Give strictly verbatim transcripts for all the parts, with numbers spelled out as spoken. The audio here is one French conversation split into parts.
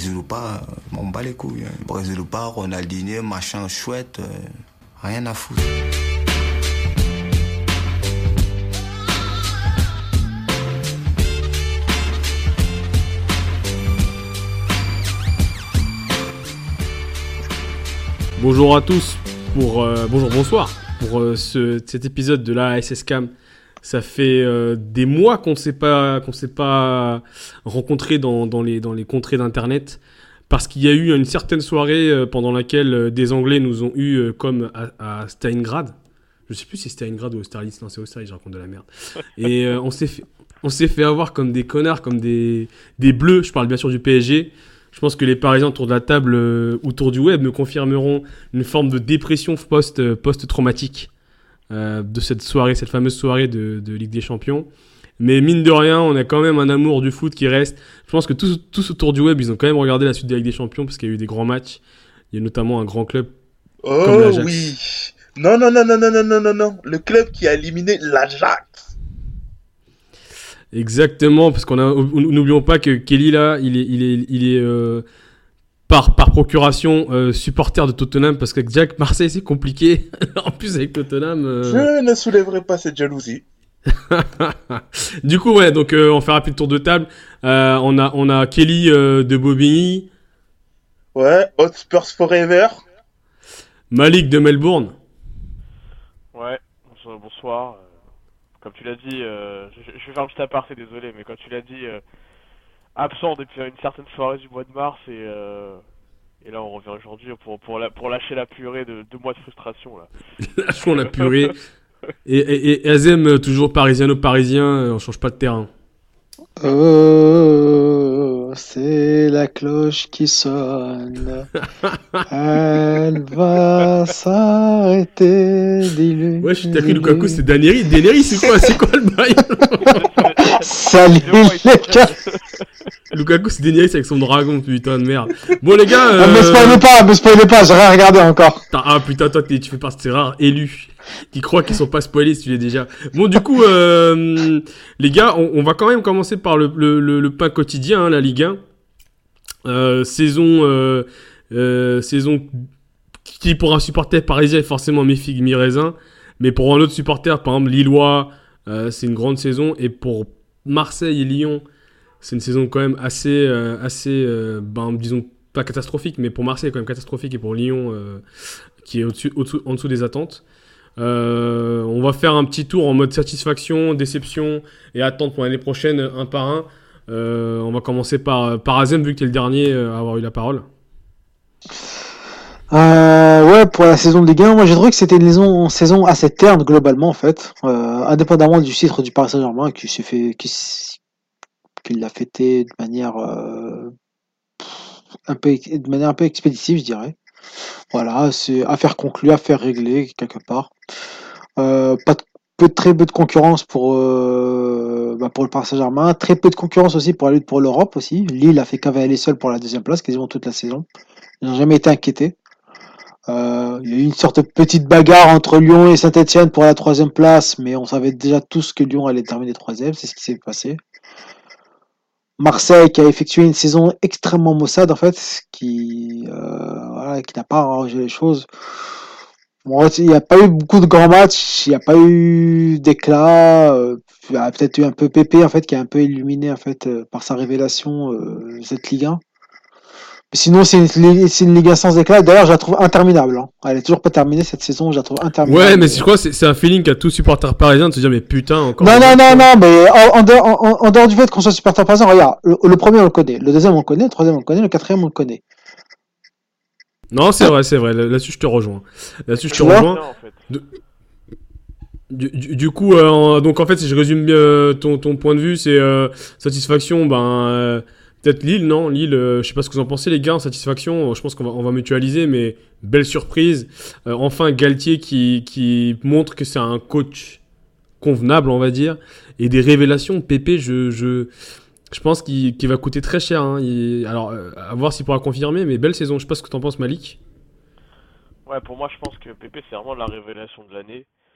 Brésil ou pas, euh, on bat les couilles. Hein. Brésil ou pas, Ronaldinho, machin chouette, euh, rien à foutre. Bonjour à tous, pour, euh, bonjour, bonsoir, pour euh, ce, cet épisode de la S S Cam. Ça fait euh, des mois qu'on ne s'est pas, qu'on s'est pas rencontrés dans, dans, les, dans les contrées d'Internet, parce qu'il y a eu une certaine soirée euh, pendant laquelle euh, des Anglais nous ont eu euh, comme à, à Stalingrad. Je ne sais plus si c'est Stalingrad ou Austerlitz, non c'est Austerlitz, je raconte de la merde. Et euh, on s'est fait, on s'est fait avoir comme des connards, comme des, des bleus, je parle bien sûr du P S G. Je pense que les Parisiens autour de la table, euh, autour du web, me confirmeront une forme de dépression post, euh, post-traumatique euh, de cette soirée, cette fameuse soirée de, de Ligue des Champions. Mais mine de rien, on a quand même un amour du foot qui reste. Je pense que tous, tous autour du web, ils ont quand même regardé la suite de la Ligue des Champions parce qu'il y a eu des grands matchs. Il y a notamment un grand club oh, comme l'Ajax. Oui. Non, non, non, non, non, non, non, non, non. Le club qui a éliminé l'Ajax. Exactement, parce qu'on a, n'oublions pas que Kelly là, il est, il est, il est euh, par par procuration euh, supporter de Tottenham, parce que Jack Marseille c'est compliqué. En plus avec Tottenham. Euh... Je ne soulèverai pas cette jalousie. Du coup ouais, donc euh, on fait un rapide tour de table. Euh, on a on a Kelly euh, de Bobigny. Ouais, Hotspurs Forever. Malik de Melbourne. Ouais, bonsoir. Comme tu l'as dit, euh, je, je vais faire un petit aparté, désolé, mais quand tu l'as dit, euh, absent depuis une certaine soirée du mois de mars, et, euh, et là on revient aujourd'hui pour, pour, la, pour lâcher la purée de deux mois de frustration. Là. Lâchons la purée. Et, et, et Azem, toujours parisiano-parisien, on change pas de terrain. Oh, c'est la cloche qui sonne. Elle va s'arrêter d'illumer. Ouais, je t'ai pris Lukaku, c'est Daneri. Daneri, c'est quoi, c'est quoi le bail? Salut les gars. Lukaku, c'est Daneri avec son dragon, putain de merde. Bon les gars. Euh... Me spoilez pas, me spoilez pas, j'ai rien regardé encore. Ah putain, toi, tu fais partie de ces rares élus qui croient qu'ils sont pas spoilés si tu l'es déjà. Bon, du coup, euh, les gars, on, on va quand même commencer par le, le, le, le pain quotidien, hein, la Ligue un. Euh, saison, euh, euh, saison qui pour un supporter parisien est forcément mi-figue, mi-raisin. Mais pour un autre supporter, par exemple Lillois, euh, c'est une grande saison. Et pour Marseille et Lyon, c'est une saison quand même assez, euh, assez euh, ben, disons, pas catastrophique, mais pour Marseille, quand même catastrophique. Et pour Lyon, euh, qui est au-dessus, au-dessous, en dessous des attentes. Euh, on va faire un petit tour en mode satisfaction, déception et attente pour l'année prochaine, un par un. Euh, on va commencer par, par Azem, vu que tu es le dernier à avoir eu la parole. Euh, ouais, pour la saison de Ligue un, moi j'ai trouvé que c'était une saison, saison assez terne globalement en fait, euh, indépendamment du titre du Paris Saint-Germain qui s'est fait, qui, qui l'a fêté de manière euh, un peu, de manière un peu expéditive, je dirais. Voilà, c'est affaire conclue, affaire réglée quelque part. Euh, pas de, peu, très peu de concurrence pour euh, bah pour le Paris Saint-Germain, très peu de concurrence aussi pour la lutte pour l'Europe aussi. Lille a fait cavaler seul pour la deuxième place quasiment toute la saison. Ils n'ont jamais été inquiétés. Euh, il y a eu une sorte de petite bagarre entre Lyon et Saint-Etienne pour la troisième place, mais on savait déjà tous que Lyon allait terminer troisième, c'est ce qui s'est passé. Marseille qui a effectué une saison extrêmement maussade en fait, qui euh, voilà, qui n'a pas arrangé les choses. Bon, il n'y a pas eu beaucoup de grands matchs, il n'y a pas eu d'éclat. Euh, il y a peut-être eu un peu Pépé en fait qui a un peu illuminé en fait euh, par sa révélation euh, cette Ligue un. Mais sinon c'est une, c'est une Ligue un sans éclat. D'ailleurs je la trouve interminable. Hein. Elle est toujours pas terminée cette saison, je la trouve interminable. Ouais, mais je crois que c'est, c'est un feeling qu'a tout supporter parisien de se dire mais putain encore. Non non non non, mais en, en, dehors, en, en dehors du fait qu'on soit supporter parisien, regarde, le, le premier on le connaît, le deuxième on le connaît, le troisième on le connaît, le quatrième on le connaît. Non, c'est vrai, c'est vrai. Là-dessus, je te rejoins. Là-dessus, je te Tu vois rejoins. En fait. De... Du, du, du coup, euh, en, donc en fait, si je résume euh, ton, ton point de vue, c'est euh, satisfaction, ben euh, peut-être Lille, non Lille, euh, je sais pas ce que vous en pensez, les gars. Satisfaction, je pense qu'on va, on va mutualiser, mais belle surprise. Euh, enfin, Galtier qui, qui montre que c'est un coach convenable, on va dire, et des révélations. Pépé, je, je, je pense qu'il, qu'il va coûter très cher. Hein. Il, alors, euh, à voir s'il pourra confirmer, mais belle saison. Je sais pas ce que t'en penses, Malik. Ouais, pour moi, je pense que Pépé, c'est vraiment la révélation de l'année.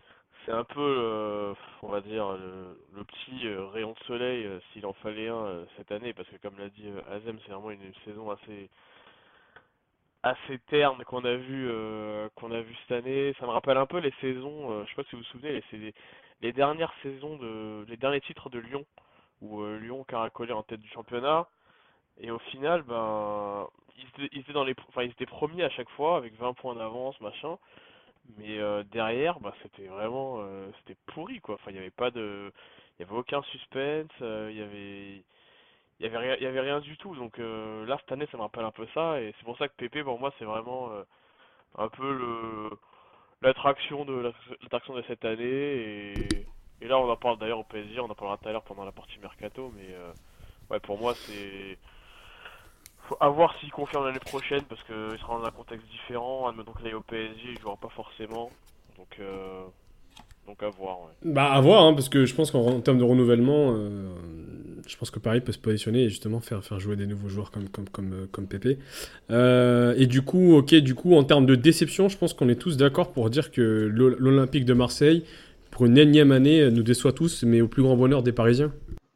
c'est un peu, euh, on va dire, le, le petit euh, rayon de soleil, euh, s'il en fallait un euh, cette année, parce que comme l'a dit euh, Azem, c'est vraiment une, une saison assez, assez terne qu'on a vu, euh, qu'on a vu cette année. Ça me rappelle un peu les saisons, euh, je sais pas si vous vous souvenez, c'est les, les dernières saisons de, les derniers titres de Lyon, où euh, Lyon caracolait en tête du championnat, et au final, ben, ils étaient, ils étaient dans les, enfin, ils étaient premiers à chaque fois avec vingt points d'avance, machin. Mais euh, derrière, bah, c'était vraiment, euh, c'était pourri quoi. Enfin, il y avait pas de, il y avait aucun suspense, euh, il y avait, il y avait rien, il y avait rien du tout. Donc euh, là, cette année, ça me rappelle un peu ça, et c'est pour ça que Pépé, pour moi, c'est vraiment euh, un peu le, l'attraction de la- l'attraction de cette année. Et, et là, on en parle d'ailleurs au P S G, on en parlera tout à l'heure pendant la partie mercato, mais euh, ouais, pour moi, c'est, faut à voir s'il confirme l'année prochaine parce qu'il sera dans un contexte différent. Admettons que là, il est au P S G, il jouera pas forcément. Donc, euh, donc à voir, ouais. Bah, à voir, hein, parce que je pense qu'en en termes de renouvellement, euh, je pense que Paris peut se positionner et justement faire, faire jouer des nouveaux joueurs comme, comme, comme, euh, comme Pépé. Euh, et du coup, ok, du coup, en termes de déception, je pense qu'on est tous d'accord pour dire que l'O- l'Olympique de Marseille, pour une énième année, nous déçoit tous, mais au plus grand bonheur des Parisiens.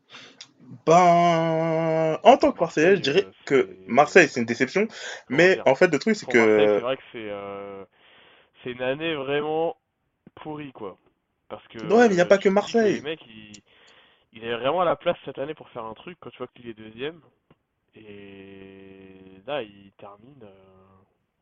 Ben, en tant que Marseillais, je Marseille, dirais euh, que c'est... Marseille, c'est une déception. Comment Mais dire? en fait, le truc, c'est Pour Marseille, c'est que... vrai que c'est euh, c'est une année vraiment pourrie, quoi. Parce Ouais, mais il n'y a que pas que tu te dis que les Marseille. mecs, ils, ils avaient vraiment la place cette année pour faire un truc quand tu vois qu'il est deuxième. Et là, ils terminent... euh,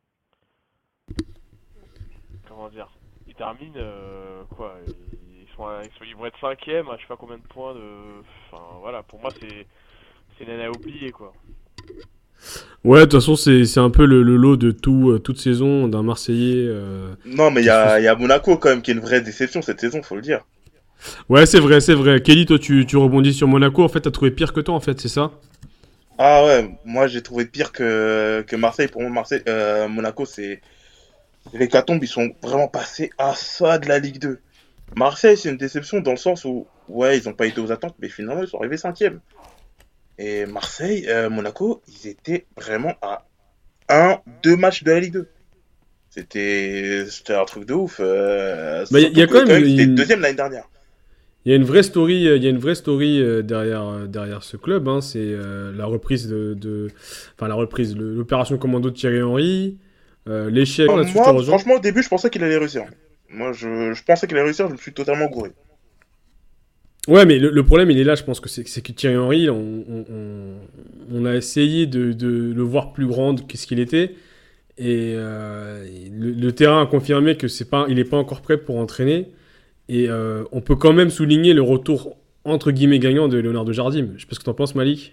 comment dire? Ils terminent... euh, quoi? Ils sont, à- ils sont- ils vont être cinquième à je sais pas combien de points de... Enfin, voilà, pour moi, c'est c'est une année à oublier, quoi. Ouais, de toute façon, c'est c'est un peu le, le lot de tout, euh, toute saison d'un Marseillais euh, Non, mais il y qui se... a, il y a Monaco quand même qui est une vraie déception cette saison, faut le dire. Ouais, c'est vrai, c'est vrai. Kelly, toi, tu, tu rebondis sur Monaco. En fait, t'as trouvé pire que toi, en fait, c'est ça? Ah ouais, moi j'ai trouvé pire que, que Marseille. Pour moi, Marseille, euh, Monaco, c'est... Les Catombes, ils sont vraiment passés à ça de la Ligue deux. Marseille, c'est une déception dans le sens où, ouais, ils n'ont pas été aux attentes, mais finalement, ils sont arrivés cinquième. Et Marseille, euh, Monaco, ils étaient vraiment à un, deux matchs de la Ligue deux. C'était, c'était un truc de ouf. euh, Bah, il y, a- y surtout a que quand quand même même, c'était une, deuxième l'année dernière. il y a une vraie story, euh, il y a une vraie story euh, derrière, euh, derrière ce club. Hein. C'est euh, la reprise de, de- enfin la reprise, le- l'opération commando de Thierry Henry, euh, l'échec. Euh, Là-dessus, je te moi, rejoins. franchement, au début, je pensais qu'il allait réussir. Moi, je, je pensais qu'il allait réussir, je me suis totalement gouré. Ouais, mais le, le problème, il est là. Je pense que c'est c'est que Thierry Henry, on, on, on- on a essayé de, de le voir plus grand que ce qu'il était, et euh, le, le terrain a confirmé que c'est pas, il est pas encore prêt pour entraîner. Et euh, on peut quand même souligner le retour entre guillemets gagnant de Leonardo Jardim. Je sais pas ce que t'en penses, Malik.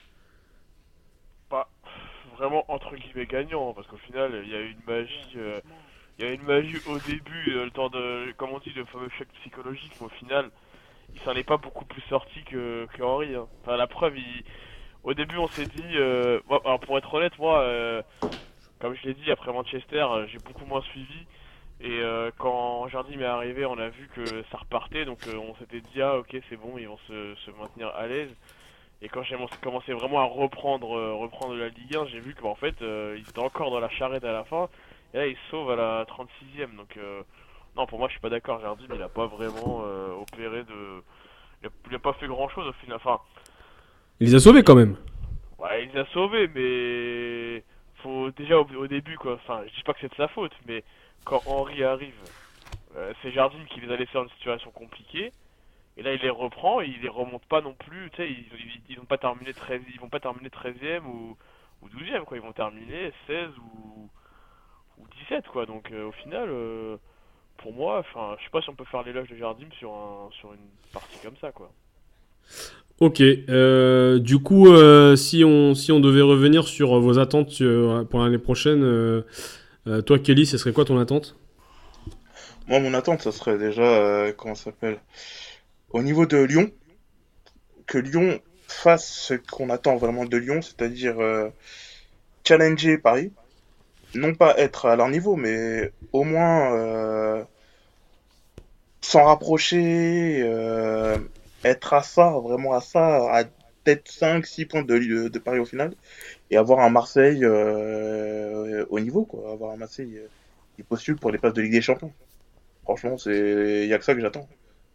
Pas vraiment entre guillemets gagnant, hein, parce qu'au final, il y a eu une magie... euh, il y a eu une magie au début, euh, le temps de... Comme on dit, le fameux choc psychologique, mais au final, il s'en est pas beaucoup plus sorti que, que Henry, hein. Enfin, la preuve, il... Au début, on s'est dit... euh, moi, alors, pour être honnête, moi... euh, Comme je l'ai dit, après Manchester, euh, j'ai beaucoup moins suivi. Et euh, quand Jardim est arrivé, on a vu que ça repartait. Donc euh, on s'était dit, ah ok, c'est bon, ils vont se, se maintenir à l'aise. Et quand j'ai mon- commencé vraiment à reprendre, euh, reprendre la Ligue un, j'ai vu qu'en fait, euh, ils étaient encore dans la charrette à la fin. Et là, ils se sauvent à la trente-sixième. Donc euh, non, pour moi, je suis pas d'accord. Jardim, il a pas vraiment euh, opéré de... Il a, il a pas fait grand-chose au final. Enfin, Il les a sauvés quand même. ouais, il les a sauvés, mais faut déjà au, au début quoi. Enfin, je dis pas que c'est de sa faute, mais quand Henry arrive, euh, c'est Jardim qui les a laissés dans une situation compliquée. Et là, il les reprend, et il les remonte pas non plus. Tu sais, ils, ils, ils vont pas terminer treize, ils vont pas terminer treizième ou ou douzième quoi. Ils vont terminer seize ou ou dix-sept quoi. Donc euh, au final, euh, pour moi, enfin, je sais pas si on peut faire l'éloge de Jardim sur un sur une partie comme ça quoi. Ok. Euh, du coup, euh, si on si on devait revenir sur vos attentes sur- pour l'année prochaine, euh, euh, toi, Kelly, ce serait quoi ton attente? Moi, mon attente, ça serait déjà, euh, comment ça s'appelle? Au niveau de Lyon, que Lyon fasse ce qu'on attend vraiment de Lyon, c'est-à-dire euh, challenger Paris. Non pas être à leur niveau, mais au moins euh, s'en rapprocher, euh, être à ça, vraiment à ça, à peut-être cinq six points de, de Paris au final, et avoir un Marseille euh, au niveau, quoi. Avoir un Marseille euh, qui postule pour les places de Ligue des Champions. Franchement, c'est, il y a que ça que j'attends.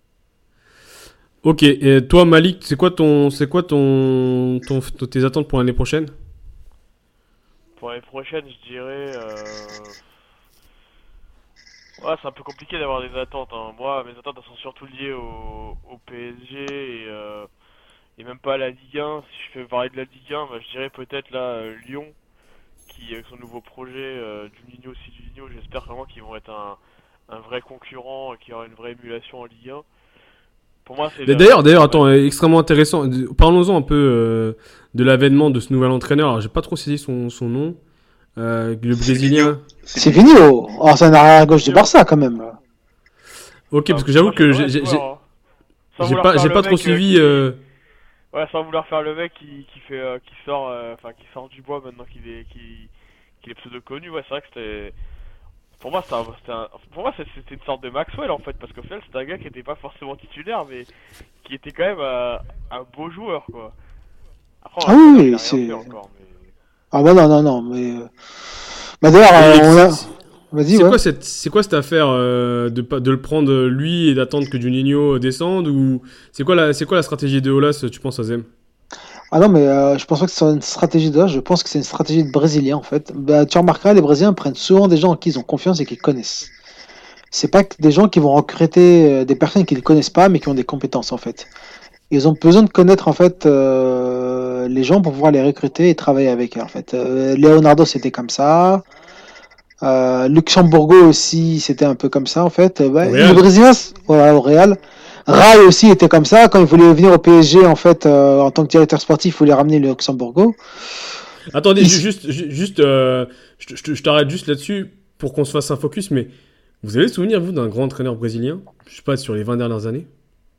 Ok, et toi Malik, c'est quoi ton, c'est quoi ton, ton, ton- tes attentes pour l'année prochaine? Pour l'année prochaine, je dirais. Euh... Ouais, c'est un peu compliqué d'avoir des attentes, hein. Moi, mes attentes elles sont surtout liées au, au P S G et, euh, et même pas à la Ligue un. Si je fais parler de la Ligue un, bah, je dirais peut-être là euh, Lyon, qui avec son nouveau projet euh, Juninho, Silvinho, j'espère vraiment qu'ils vont être un, un vrai concurrent, et qu'il y aura une vraie émulation en Ligue un. Pour moi, c'est le. D'ailleurs, d'ailleurs, attends, Ouais. euh, extrêmement intéressant. Parlons-en un peu euh, de l'avènement de ce nouvel entraîneur. Alors, j'ai pas trop saisi son, son nom. Euh, le Brésilien. C'est fini, oh. Oh, c'est un arrière à gauche du Barça quand même. Ok, Ah, parce que j'avoue moi, que j'adorais j'ai ce j'ai- joueur, hein. Sans j'ai vouloir pas, faire j'ai le pas trop mec, euh, suivi. qui- euh, Ouais, sans vouloir faire le mec qui, qui fait, euh, qui sort, euh, enfin qui sort du bois maintenant qu'il est, qu'il, qu'il est pseudo connu. Ouais, c'est vrai que c'était, pour moi c'était, un, c'était un- pour moi c'est- c'était une sorte de Maxwell en fait, parce qu'au final c'était un gars qui était pas forcément titulaire, mais qui était quand même euh, un beau joueur quoi. Après, Ah en entraîneur, oui, il a rien c'est. fait encore, mais. Ah bah non, non, non, mais. euh, Bah d'ailleurs, et euh, on a. c'est Vas-y, c'est ouais. quoi cette, c'est quoi cette affaire euh, de, pas- de le prendre euh, lui et d'attendre que Juninho descende ou c'est quoi la, c'est quoi la stratégie de Olas, tu penses, Azem? Ah non, mais euh, je pense pas que c'est une stratégie de je pense que c'est une stratégie de Brésilien en fait. Bah, tu remarqueras, les Brésiliens prennent souvent des gens en qui ils ont confiance et qu'ils connaissent. C'est pas que des gens qui vont recruter euh, des personnes qu'ils ne connaissent pas mais qui ont des compétences en fait. Ils ont besoin de connaître en fait euh, les gens pour pouvoir les recruter et travailler avec eux en fait. Euh, Leonardo c'était comme ça. Euh, Luxembourgo aussi c'était un peu comme ça en fait. Euh, bah, Au les Real? Brésiliens, c- voilà, au Real. Rai aussi était comme ça quand il voulait venir au P S G en fait euh, en tant que directeur sportif, il voulait ramener le Luxembourgo. Attendez, Il- ju- juste, ju- juste, euh, je, te- je te- je t'arrête juste là-dessus pour qu'on se fasse un focus, mais vous avez le souvenir, vous, d'un grand entraîneur brésilien, je sais pas, sur les vingt dernières années?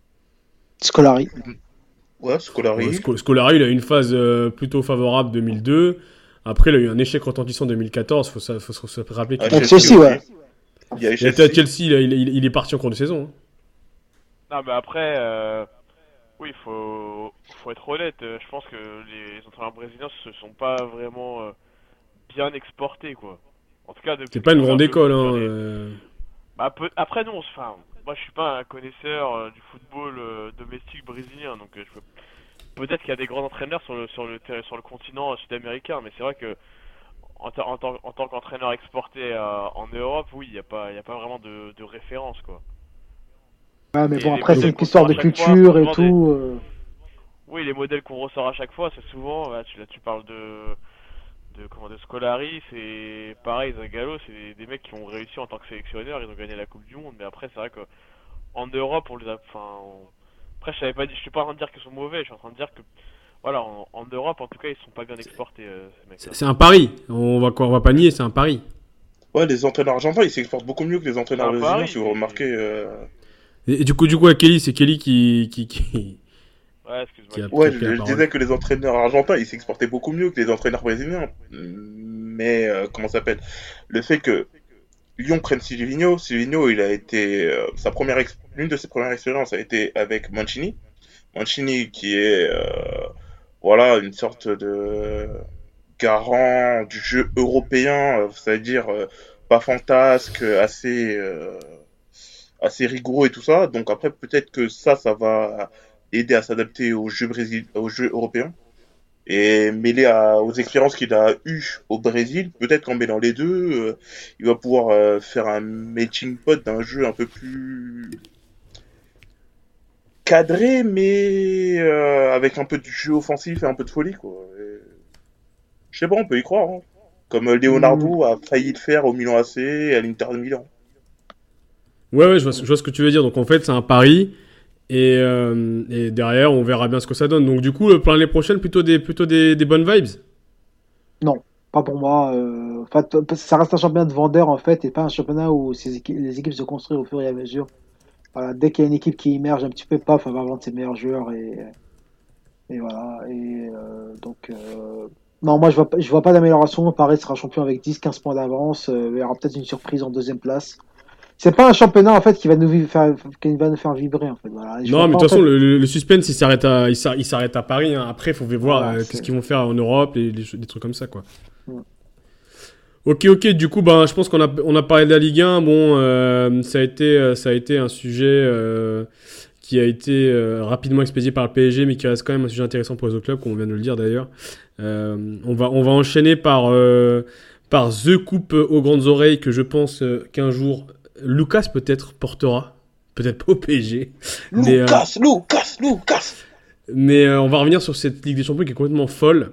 Scolari. Ouais, Ouais, Scolari. Sco- Scolari, il a eu une phase euh, plutôt favorable deux mille deux. Après, il a eu un échec retentissant deux mille quatorze. Faut, ça- faut se se rappeler À qu'il Avec était- Chelsea, ouais. Il y a il était à Chelsea, il, a- il- il- il est parti en cours de saison, hein. Non, mais après, euh, oui, faut, faut être honnête. euh, Je pense que les entraîneurs brésiliens se sont pas vraiment euh, bien exportés quoi. En tout cas, depuis C'est que pas une je grande regarde le école, foot hein. sur les. euh. Bah, peu- après non, enfin, moi je suis pas un connaisseur euh, du football euh, domestique brésilien, donc euh, je peux... peut-être qu'il y a des grands entraîneurs sur le sur le ter- sur le continent euh, sud-américain, mais c'est vrai que en, ta- en tant en tant qu'entraîneur exporté euh, en Europe, oui, il y a pas il y a pas vraiment de, de référence quoi. Ouais, mais Et bon, les après, c'est modèles une qu'on histoire sort de à chaque fois, culture c'est et souvent des- tout. euh. Oui, les modèles qu'on ressort à chaque fois, c'est souvent, là, tu, là, tu parles de, de, comment, de Scolari, c'est pareil, Zagallo, c'est des, des mecs qui ont réussi en tant que sélectionneurs, ils ont gagné la Coupe du Monde, mais après, c'est vrai qu'en Europe, on les a, enfin, on- après, je savais pas, dit- je suis pas en train de dire qu'ils sont mauvais, je suis en train de dire que, voilà, en, en Europe, en tout cas, ils sont pas bien exportés, euh, ces C'est mecs-là. c'est un pari. On va, quoi, on va pas nier, c'est un pari. Ouais, les entraîneurs argentins, ils s'exportent beaucoup mieux que les entraîneurs C'est un brésiliens, pari, si vous mais- remarquez. euh. Et, et du coup, du coup, à Kelly, c'est Kelly qui, qui, qui, Ouais, qui excuse-moi. a, qui Ouais, a je, pris la je parole. disais que les entraîneurs argentins, ils s'exportaient beaucoup mieux que les entraîneurs brésiliens. Mais, euh, comment ça s'appelle? Le fait que Lyon prenne Silvinho, Silvinho, il a été, euh, sa première ex- l'une de ses premières expériences a été avec Mancini. Mancini qui est, euh, voilà, une sorte de garant du jeu européen, euh, c'est-à-dire euh, pas fantasque, assez, euh, assez rigoureux et tout ça. Donc après, peut-être que ça, ça va aider à s'adapter au jeu brésil, au jeu européen. Et mêlé à, aux expériences qu'il a eues au Brésil, peut-être qu'en mêlant les deux, euh, il va pouvoir euh, faire un melting pot d'un jeu un peu plus cadré, mais euh, avec un peu de jeu offensif et un peu de folie, quoi. Et... Je sais pas, on peut y croire, hein. Comme euh, Mm. Leonardo a failli le faire au Milan A C et à l'Inter de Milan. Ouais, ouais, je vois, ce- je vois ce que tu veux dire. Donc en fait, c'est un pari. Et, euh, et derrière, on verra bien ce que ça donne. Donc du coup, euh, pour l'année prochaine, plutôt des, plutôt des, des bonnes vibes. Non, pas pour moi. euh, En fait, parce que ça reste un championnat de vendeurs en fait, et pas un championnat où ces équipes- les équipes se construisent au fur et à mesure. Voilà, dès qu'il y a une équipe qui émerge un petit peu, paf, elle va vendre ses meilleurs joueurs et, et voilà. Et euh, donc, euh, non, moi je vois, pas- je vois pas d'amélioration. Paris sera champion avec dix quinze points d'avance. euh, il y aura peut-être une surprise en deuxième place. C'est pas un championnat en fait qui va nous vi- faire, qui va nous faire vibrer en fait. Voilà. Et je Non, vois mais de pas, toute en façon, fait- le, le- le suspense, il s'arrête à, il s'ar- il s'arrête à Paris, hein. Après, il faut voir Voilà, euh, c'est- qu'est-ce qu'ils vont faire en Europe, et les, des trucs comme ça, quoi. Mm. Ok, ok. Du coup, ben, je pense qu'on a, on a parlé de la Ligue un. Bon, euh, ça a été, ça a été un sujet euh, qui a été euh, rapidement expédié par le P S G, mais qui reste quand même un sujet intéressant pour les autres clubs, comme on vient de le dire d'ailleurs. Euh, on va, on va enchaîner par, euh, par The Coupe aux grandes oreilles que je pense euh, qu'un jour Lucas peut-être portera, peut-être pas au P S G. Mais, Lucas, euh, Lucas, Lucas. Mais euh, on va revenir sur cette Ligue des Champions qui est complètement folle.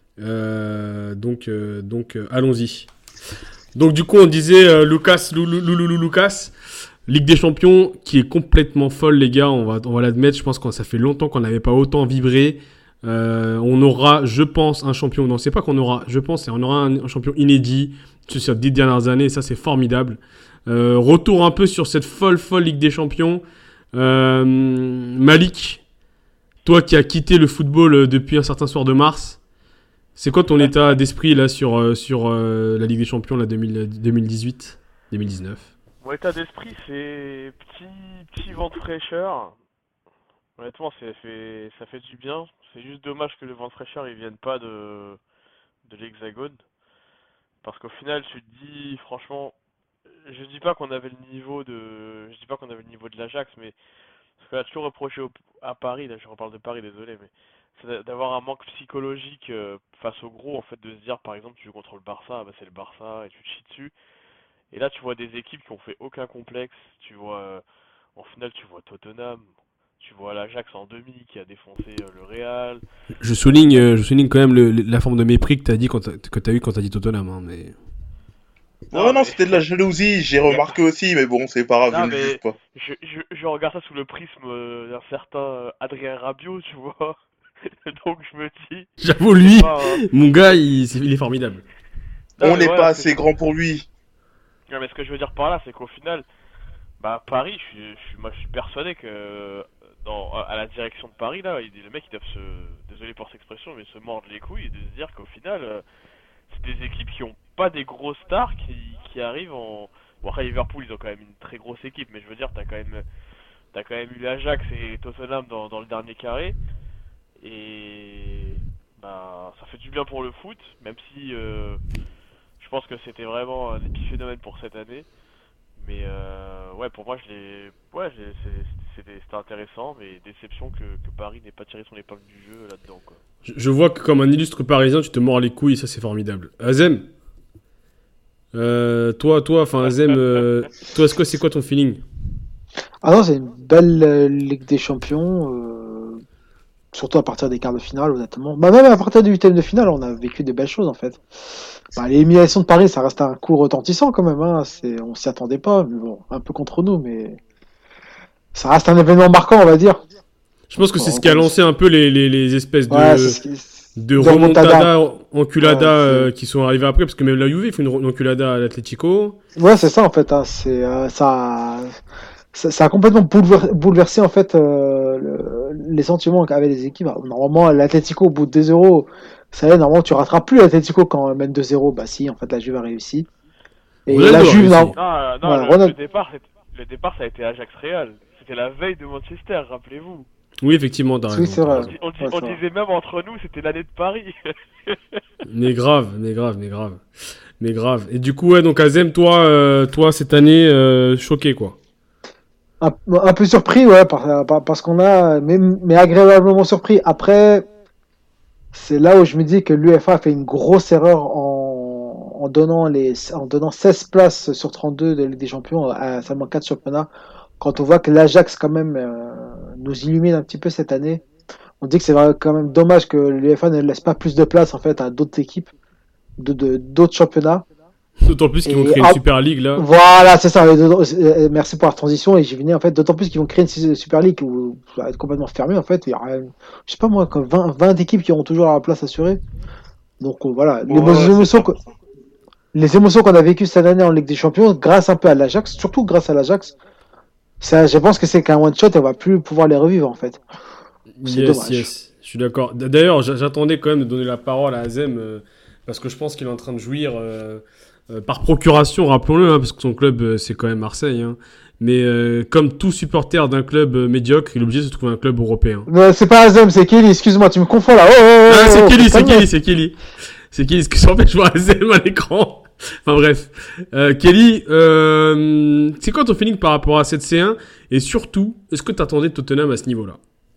Euh, donc, euh, donc euh, allons-y. Donc du coup, on disait euh, Lucas, Loulou, Loulou, Lucas. Ligue des Champions qui est complètement folle, les gars, on va, on va l'admettre. Je pense que ça fait longtemps qu'on n'avait pas autant vibré. Euh, on aura, je pense, un champion. Non, c'est pas qu'on aura, je pense, on aura un, un champion inédit sur ces dix dernières années. Et ça, c'est formidable. Euh, retour un peu sur cette folle, folle Ligue des Champions. Euh, Malik, toi qui as quitté le football depuis un certain soir de mars, c'est quoi ton état d'esprit là sur, sur euh, la Ligue des Champions là, deux mille dix-huit deux mille dix-neuf? Mon état d'esprit, c'est petit, petit vent de fraîcheur. Honnêtement, ça fait, ça fait du bien. C'est juste dommage que le vent de fraîcheur il vienne pas de, de l'Hexagone. Parce qu'au final, tu te dis, franchement, je dis pas qu'on avait le niveau de, je dis pas qu'on avait le niveau de l'Ajax, mais ce qu'on a toujours reproché au, à Paris, là je reparle de Paris, désolé, mais c'est d'avoir un manque psychologique euh, face au gros, en fait, de se dire, par exemple, tu joues contre le Barça, bah c'est le Barça et tu te chies dessus. Et là, tu vois des équipes qui ont fait aucun complexe. Tu vois, euh, en finale, tu vois Tottenham, tu vois l'Ajax en demi qui a défoncé euh, le Real. Je souligne, euh, je souligne quand même le, la forme de mépris que t'as dit quand t'as, que t'as eu quand t'as dit Tottenham, hein, mais. Non, non, mais... c'était de la jalousie. J'ai remarqué aussi, mais bon, c'est pas grave, non, je ne juge pas. Je, je, je regarde ça sous le prisme euh, d'un certain Adrien Rabiot, tu vois. Donc je me dis. J'avoue, lui, pas, euh... mon gars, il, il est formidable. Non, on n'est ouais, pas assez grand pour lui. Non, mais ce que je veux dire par là, c'est qu'au final, bah Paris, je suis, je suis, moi, je suis persuadé que dans, à la direction de Paris là, il, le mec il doit se, désolé pour cette expression, mais se mordre les couilles et de se dire qu'au final, euh, c'est des équipes qui ont pas des gros stars qui, qui arrivent en. Bon après Liverpool, ils ont quand même une très grosse équipe, mais je veux dire, t'as quand même, t'as quand même eu l'Ajax et Tottenham dans, dans le dernier carré, et bah ça fait du bien pour le foot, même si. Euh, Je pense que c'était vraiment un épiphénomène pour cette année. Mais euh, ouais, pour moi, je l'ai... Ouais, j'ai... C'était... c'était intéressant, mais déception que, que Paris n'ait pas tiré son épingle du jeu là-dedans, quoi. Je, je vois que comme un illustre parisien, tu te mords les couilles et ça, c'est formidable. Azem, euh, toi, toi, enfin Azem, euh, toi, est-ce que c'est quoi ton feeling? Ah non, c'est une belle euh, Ligue des Champions. Euh... Surtout à partir des quarts de finale, honnêtement. Bah, même à partir du huitième de finale, on a vécu des belles choses, en fait. Bah, l'élimination de Paris, ça reste un coup retentissant, quand même, hein. C'est, on s'y attendait pas, mais bon, un peu contre nous, mais ça reste un événement marquant, on va dire. Je pense que bon, c'est ce qui a lancé un peu les, les, les espèces de, ouais, qui... de remontada, enculada, ouais, euh, qui sont arrivés après, parce que même la Juve, il fait une enculada à l'Atlético. Ouais, c'est ça, en fait, hein. C'est, euh, ça, ça, ça a complètement bouleversé, bouleversé en fait, euh, le, les sentiments qu'avaient les équipes. Normalement, l'Atlético, au bout de deux zéro, ça y est, normalement, tu rateras plus l'Atlético quand on mène deux zéro. Bah si, en fait, la Juve a réussi. Et Ronaldo la Juve, non, non, non ouais, le, Ronald... le, départ, le départ, ça a été Ajax-Real. C'était la veille de Manchester, rappelez-vous. Oui, effectivement, t'as raison. Oui, c'est vrai. On, on, ouais, on disait même entre nous, c'était l'année de Paris. mais grave, mais grave, mais grave. Mais grave. Et du coup, ouais, donc Azem, toi, euh, toi cette année, euh, choqué, quoi. Un, un peu surpris, ouais, par, par, parce qu'on a, mais, mais agréablement surpris. Après, c'est là où je me dis que l'U E F A a fait une grosse erreur en, en donnant les, en donnant seize places sur trente-deux de Ligue des Champions à seulement quatre championnats. Quand on voit que l'Ajax, quand même, euh, nous illumine un petit peu cette année, on dit que c'est quand même dommage que l'U E F A ne laisse pas plus de place, en fait, à d'autres équipes, de, de, d'autres championnats. D'autant plus qu'ils vont créer une ah, Super League là. Voilà, c'est ça. Merci pour la transition et j'y venais en fait. D'autant plus qu'ils vont créer une Super League où ça va être complètement fermé en fait. Il y aura, je sais pas moi, comme vingt, vingt équipes qui auront toujours la place assurée. Donc voilà, les, ouais, émotions que, les émotions qu'on a vécues cette année en Ligue des Champions, grâce un peu à l'Ajax, surtout grâce à l'Ajax, ça, je pense que c'est qu'un one shot et on va plus pouvoir les revivre en fait. C'est yes, dommage. Yes, je suis d'accord. D'ailleurs, j'attendais quand même de donner la parole à Azem euh, parce que je pense qu'il est en train de jouir. Euh, Euh, par procuration, rappelons-le, hein, parce que son club, euh, c'est quand même Marseille. Hein. Mais euh, comme tout supporter d'un club euh, médiocre, il est obligé de se trouver un club européen. Non, c'est pas Azem, c'est Kelly, excuse-moi, tu me confonds là. Oh, oh, oh, ah, c'est oh, Kelly, oh, c'est Kelly, c'est Kelly. C'est Kelly, parce que en fait, je vois Azem à l'écran. Enfin bref. Euh, Kelly, euh, c'est quoi ton feeling par rapport à cette C un? Et surtout, est-ce que t'attendais Tottenham à ce niveau-là?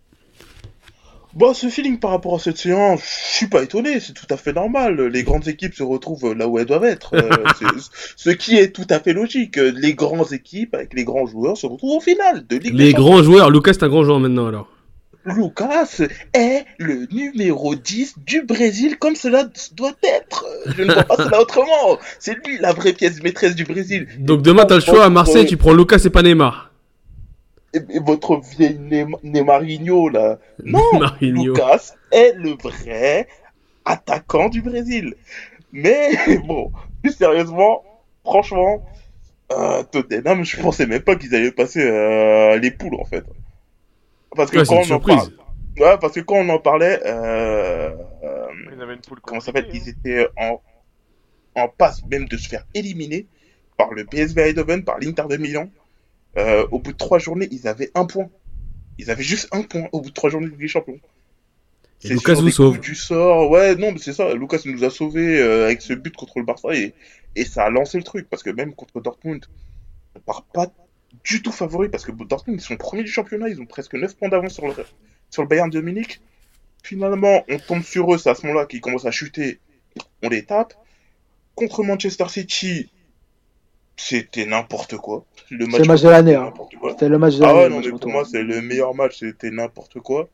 Bon, ce feeling par rapport à cette séance, je suis pas étonné, c'est tout à fait normal. Les grandes équipes se retrouvent là où elles doivent être. Euh, c'est- ce qui est tout à fait logique. Les grandes équipes avec les grands joueurs se retrouvent au final de Ligue des Les Champions. grands joueurs. Lucas, c'est un grand joueur maintenant alors. Lucas est le numéro dix du Brésil comme cela doit être. Je ne vois pas cela autrement. C'est lui la vraie pièce maîtresse du Brésil. Donc demain, t'as le choix à Marseille, tu prends Lucas et pas Neymar. Et, et votre vieille Neym- Neymarinho là. Non, Marinho. Lucas est le vrai attaquant du Brésil. Mais bon, plus sérieusement, franchement, euh, Tottenham, je pensais même pas qu'ils allaient passer euh, les poules en fait. Parce que Ouais, c'est quand une on en parle, surprise. ouais, parce que quand on en parlait, euh, euh, Ils avaient une poule comment ça s'appelle, compliquée, ils étaient en, en passe même de se faire éliminer par le P S V Eindhoven, par l'Inter de Milan. Euh, au bout de trois journées, ils avaient un point. Ils avaient juste un point au bout de trois journées de Ligue des Champions. Et C'est Lucas sur vous des sauve. coups du sort. Ouais, non, mais c'est ça. Lucas nous a sauvés euh, avec ce but contre le Barça et, et ça a lancé le truc. Parce que même contre Dortmund, on part pas du tout favori. Parce que Dortmund, ils sont premiers du championnat. Ils ont presque neuf points d'avance sur le, sur le Bayern de Munich. Finalement, on tombe sur eux. C'est à ce moment-là qu'ils commencent à chuter. On les tape. Contre Manchester City, c'était n'importe quoi. Le C'est le match match de retour, l'année. c'était Hein. n'importe quoi. C'était le match de Ah l'année. ouais, le non, match mais pour retour. moi, c'est le meilleur match. C'était n'importe quoi.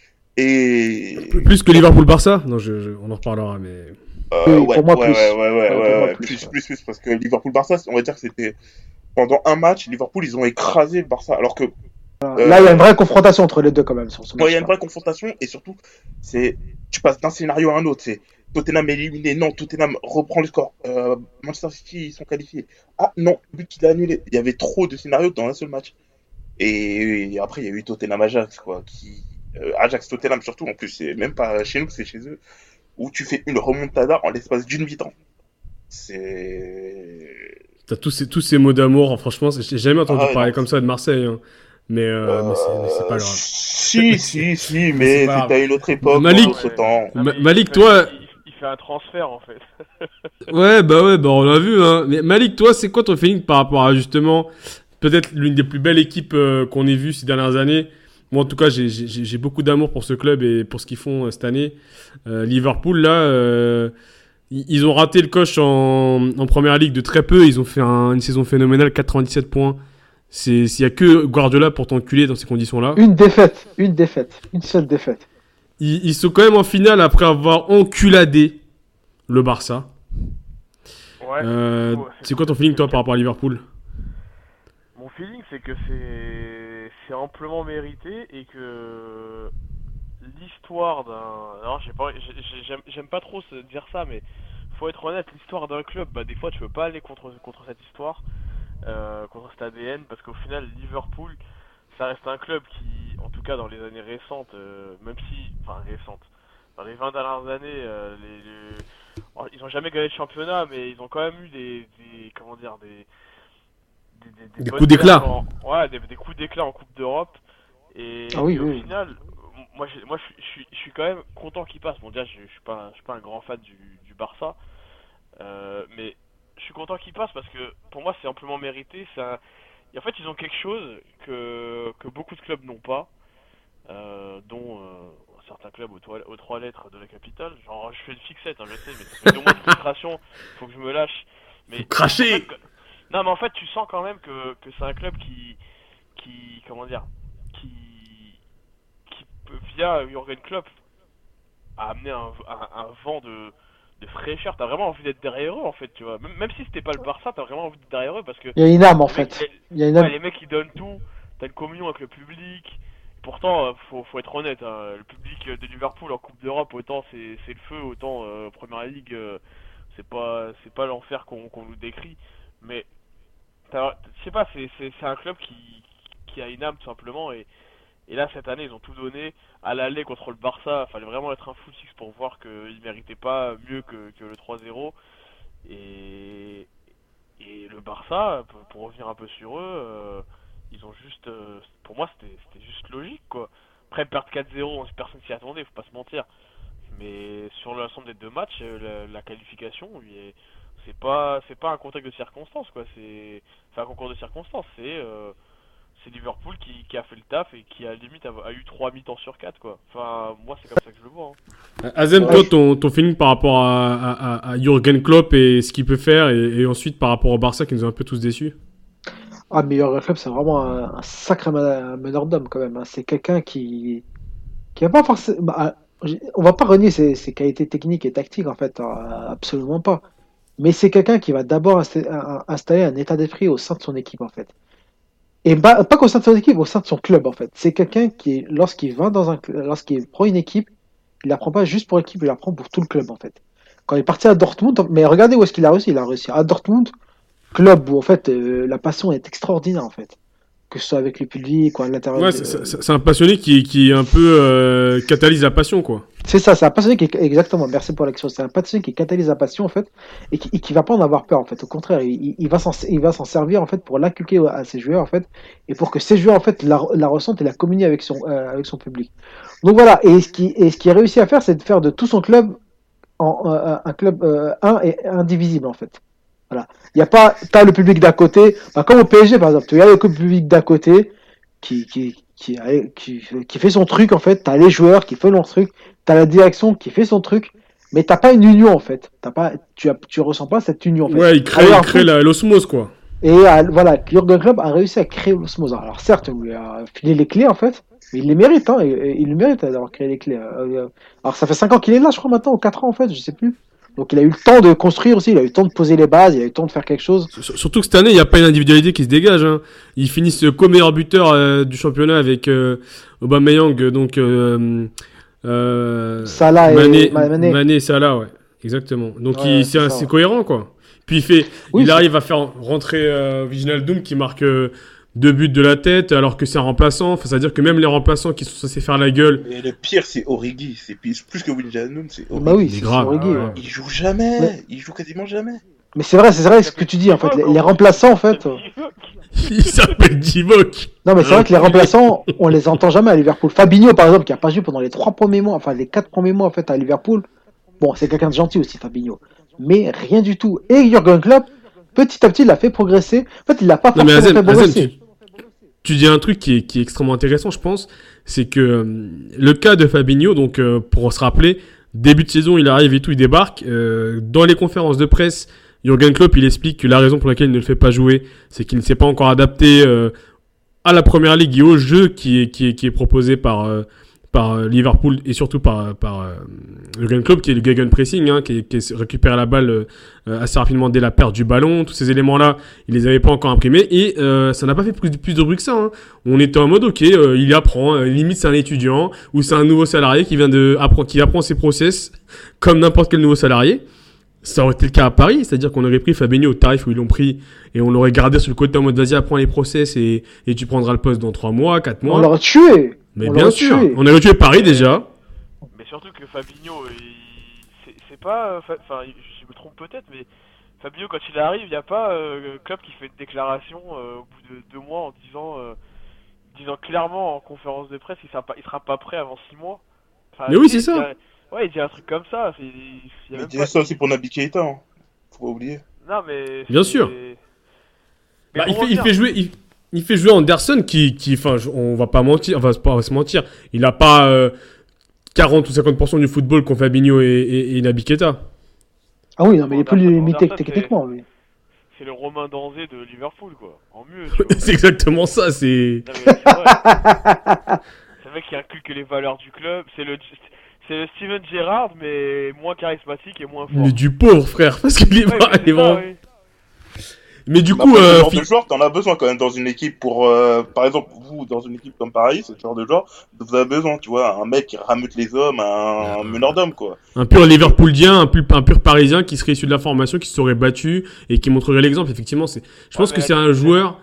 Et... Plus que Liverpool-Barça? Non, je, je- on en reparlera, mais. Euh, Oui, ouais, pour moi, ouais, plus. ouais, ouais, ouais, Ouais, ouais, pour moi, ouais, plus, plus, ouais. plus, plus, parce que Liverpool-Barça, on va dire que c'était pendant un match, Liverpool, ils ont écrasé le Barça, alors que euh, Là, il y a une vraie confrontation entre les deux quand même sur ce ouais, il y a une match-là. vraie confrontation et surtout, c'est tu passes d'un scénario à un autre. C'est Tottenham est éliminé, non, Tottenham reprend le score. Euh, Manchester City, ils sont qualifiés. Ah non, but qu'il a annulé. Il y avait trop de scénarios dans un seul match. Et, et après, il y a eu Tottenham-Ajax, quoi, qui euh, Ajax-Tottenham surtout. En plus, c'est même pas chez nous, c'est chez eux, où tu fais une remontada en l'espace d'une mi-temps. C'est T'as tous ces, tous ces mots d'amour, franchement, c'est- j'ai jamais entendu ah ouais, parler non, comme ça de Marseille. Hein. Mais, euh, mais c'est mais c'est pas Euh, grave. si, si, si, Mais c'est mais pas grave. c'était à une autre Ma- époque, dans Malik, Non, d'autres mais... temps. non, Ma- mais il Malik, fait- toi, il, il- il fait un transfert en fait. ouais, bah ouais, bah on l'a vu. Hein. Mais Malik, toi, c'est quoi ton feeling par rapport à justement peut-être l'une des plus belles équipes euh, qu'on ait vues ces dernières années? Moi, en tout cas, j'ai- j'ai j'ai beaucoup d'amour pour ce club et pour ce qu'ils font euh, cette année. Euh, Liverpool, là, euh, ils ils ont raté le coche en, en première ligue de très peu. Ils ont fait un- une saison phénoménale, quatre-vingt-dix-sept points. C'est s'il y a que Guardiola pour t'enculer dans ces conditions-là. Une défaite, une défaite, une seule défaite. Ils, ils sont quand même en finale après avoir enculadé le Barça. Ouais. Euh, Ouais, c'est quoi ton feeling, toi, par rapport à Liverpool? Mon feeling, c'est que c'est c'est amplement mérité et que l'histoire d'un. Alors, j'ai pas, j'ai- j'ai- j'aime j'aime pas trop se dire ça, mais faut être honnête, l'histoire d'un club, bah des fois tu peux pas aller contre contre cette histoire, euh, contre cet A D N, parce qu'au final, Liverpool, ça reste un club qui, en tout cas dans les années récentes, euh, même si, enfin récentes, dans les vingt dernières années, euh, les, les- oh, ils ont jamais gagné de championnat, mais ils ont quand même eu des, des comment dire, des des, des, Des bonnes coups d'éclat. perfs en- ouais, des, des coups d'éclat en Coupe d'Europe. Et, Ah oui, et au oui. final, moi, j'ai- moi, je, je suis, je suis quand même content qu'il passe. Bon, déjà, je, je suis pas, je suis pas un grand fan du, du Barça, euh, mais je suis content qu'il passe parce que pour moi, c'est amplement mérité. C'est un- et en fait, ils ont quelque chose que que beaucoup de clubs n'ont pas, euh, dont euh, certains clubs aux, toile- aux trois lettres de la capitale. Genre, je fais une fixette, hein, je sais, mais ça fait deux mois de frustration. Faut que je me lâche. Mais Faut cracher. en fait, que- non, mais en fait, tu sens quand même que, que c'est un club qui, qui, comment dire, qui, qui peut, via Jürgen Klopp, a amené un, un, un vent de, de fraîcheur. T'as vraiment envie d'être derrière eux, en fait, tu vois. Même, même si c'était pas le Barça, t'as vraiment envie d'être derrière eux parce que Il y a une âme en les mecs, fait. les, Il y a une ouais, âme. les mecs ils donnent tout. T'as une communion avec le public. Pourtant, euh, faut, faut être honnête, hein, le public de Liverpool en Coupe d'Europe, autant c'est, c'est le feu, autant euh, Première Ligue, euh, c'est pas, c'est pas l'enfer qu'on, qu'on nous décrit. Mais t'as- je sais pas, c'est, c'est, c'est un club qui, qui a une âme tout simplement. Et, et là, cette année, ils ont tout donné. À l'aller contre le Barça, fallait vraiment être un full six pour voir qu'ils méritaient pas mieux que, que le trois zéro. Et, et le Barça, pour, pour revenir un peu sur eux, euh, ils ont juste. Euh, pour moi, c'était, c'était juste logique, quoi. Après, perdre quatre zéro, personne s'y attendait, faut pas se mentir. Mais sur l'ensemble des deux matchs, euh, la, la qualification, il est- c'est pas, c'est pas un contexte de circonstances, quoi. C'est, c'est un concours de circonstances. C'est, euh, c'est Liverpool qui, qui a fait le taf et qui à la limite a, a eu trois mi-temps sur quatre, quoi. Enfin, moi, c'est comme ça que je le vois. Hein. Azem, Ouais, toi, je- ton, ton feeling par rapport à, à, à- à Jürgen Klopp et ce qu'il peut faire, et, et ensuite par rapport au Barça qui nous a un peu tous déçus. Ah, mais Jürgen Klopp, c'est vraiment un, un sacré ma- meneur d'homme quand même, hein. C'est quelqu'un qui, qui a pas forcément. Bah, j'ai- on va pas renier ses, ses qualités techniques et tactiques en fait, hein, absolument pas. Mais c'est quelqu'un qui va d'abord insta- un- installer un état d'esprit au sein de son équipe en fait. Et bah, pas qu'au sein de son équipe, au sein de son club en fait. C'est quelqu'un qui, lorsqu'il va dans un, cl- lorsqu'il prend une équipe, il la prend pas juste pour l'équipe, il la prend pour tout le club en fait. Quand il est parti à Dortmund, mais regardez où est-ce qu'il a réussi. Il a réussi à Dortmund, club où en fait euh, la passion est extraordinaire en fait, que ce soit avec le public ou à l'intérieur Ouais, de. c'est c'est- c'est un passionné qui, qui un peu euh, catalyse la passion, quoi. C'est ça, c'est un passionné qui exactement. Merci pour l'action. C'est un passionné qui catalyse la passion en fait et qui, et qui va pas en avoir peur en fait. Au contraire, il, il- il va s'en il va s'en servir en fait pour l'inculquer à ses joueurs en fait et pour que ces joueurs en fait la, la ressentent et la communient avec son euh, avec son public. Donc voilà. Et ce qui et ce qu'il a réussi à faire, c'est de faire de tout son club en euh, un club euh, un et indivisible en fait. Voilà. Il y a pas, t'as le public d'à côté, bah, comme au P S G par exemple, tu as le public d'à côté qui, qui, qui, qui, qui fait son truc en fait, t'as les joueurs qui font leur truc, t'as la direction qui fait son truc, mais t'as pas une union en fait, t'as pas, tu, as, tu ressens pas cette union en fait. Ouais, il crée, Alors, il crée la- l'osmose, quoi. et euh, voilà, Jürgen Klopp a réussi à créer l'osmose. Alors certes, on lui a filé les clés en fait, mais il les mérite, hein, et- et il le mérite d'avoir créé les clés. Euh, Alors ça fait cinq ans qu'il est là, je crois maintenant, ou quatre ans en fait, je sais plus. Donc il a eu le temps de construire aussi, il a eu le temps de poser les bases, il a eu le temps de faire quelque chose. S- Surtout que cette année, il n'y a pas une individualité qui se dégage. Hein. Ils finissent co-meilleur buteur euh, du championnat avec euh, Aubameyang, donc euh, euh, Salah et Mané, Mané. Mané et Salah, ouais, exactement. Donc Ouais, il- c'est c'est ça, c'est ouais. cohérent, quoi. Puis il fait, Oui, il c'est- arrive à faire rentrer euh, Wijnaldum qui marque euh, deux buts de la tête, alors que c'est un remplaçant. Enfin, c'est-à-dire que même les remplaçants qui sont censés faire la gueule, Et le pire, c'est Origi. C'est plus, plus que Wijnaldum, c'est Origi. Bah oui, il est c'est grave. Origi, Ah ouais. ouais. Il joue jamais. Mais- Il joue quasiment jamais. Mais c'est vrai, c'est vrai ce que tu dis en fait. Les, les remplaçants en fait. euh, il s'appelle Divock. Non mais c'est vrai que les remplaçants, on les entend jamais à Liverpool. Fabinho par exemple, qui a pas joué pendant les trois premiers mois, enfin les quatre premiers mois en fait à Liverpool. Bon, c'est quelqu'un de gentil aussi, Fabinho. Mais rien du tout. Et Jürgen Klopp, petit à petit, il l'a fait progresser. En fait, il l'a pas Non mais forcément Azem, fait Azem, progresser. tu, tu dis un truc qui est, qui est extrêmement intéressant, je pense, c'est que euh, le cas de Fabinho, donc euh, pour se rappeler, début de saison, il arrive et tout, il débarque. Euh, dans les conférences de presse, Jürgen Klopp, il explique que la raison pour laquelle il ne le fait pas jouer, c'est qu'il ne s'est pas encore adapté euh, à la première ligue et au jeu qui est, qui est, qui est proposé par, euh, par euh, Liverpool et surtout par, par euh, Jürgen Klopp, qui est le gegenpressing, hein, qui, est- qui est- récupère la balle euh, assez rapidement dès la perte du ballon. Tous ces éléments-là, il les avait pas encore imprimés et euh, ça n'a pas fait plus, plus de bruit que ça. Hein. On était en mode, ok, euh, il apprend, euh, limite c'est un étudiant ou c'est un nouveau salarié qui vient de apprendre, qui apprend ses process comme n'importe quel nouveau salarié. Ça aurait été le cas à Paris, c'est-à-dire qu'on aurait pris Fabinho au tarif où ils l'ont pris et on l'aurait gardé sur le côté en mode vas-y apprends les process et, et tu prendras le poste dans trois mois, quatre On mois. l'aurait tué. Mais on bien l'aurait sûr, tué. on aurait tué Paris déjà. Mais surtout que Fabinho, il... c'est- c'est pas... euh, fa- Enfin, je me trompe peut-être, mais Fabinho, quand il arrive, il n'y a pas euh, Klopp qui fait une déclaration euh, au bout de deux mois en disant, euh, disant clairement en conférence de presse qu'il sera pas, il sera pas prêt avant six mois. Enfin, Mais oui, tu sais, c'est il ça. dit un- Ouais, il dit un truc comme ça. c'est- Il y a Mais même il disait pas... ça aussi pour Naby Keita. Hein. Faut pas oublier. Non, mais... Bien c'est- sûr. Mais Bah, il, pour fait, il revenir- fait jouer, il, il fait jouer Anderson qui, qui, enfin, je- on va pas mentir, enfin, c'est pas- on va se mentir, il a pas euh, quarante ou cinquante pour cent du football qu'ont Fabinho et, et, et Naby Keita. Ah oui, non mais il est plus Anderson- limité Anderson, techniquement. Oui. C'est le Romain Danzé de Liverpool, quoi. En mieux, tu vois. C'est exactement ça, c'est... Non, mais c'est vrai. C'est le mec qui inculque les valeurs du club. C'est le, c'est le Steven Gerrard, mais moins charismatique et moins fort. Mais du pauvre frère, parce qu'il est, Ouais, vra- mais il est c'est ça, vraiment... oui. Mais du Mais coup, après, euh, ce genre fi- de joueur, t'en as besoin quand même dans une équipe pour, euh, par exemple, vous, dans une équipe comme Paris, ce genre de joueur, vous avez besoin, tu vois, un mec qui rameute les hommes, un, un meneur d'hommes, quoi. un pur Liverpoolien, un pur, un pur Parisien qui serait issu de la formation, qui se serait battu et qui montrerait l'exemple. Effectivement, c'est. Je pense Ouais, que mais c'est un joueur.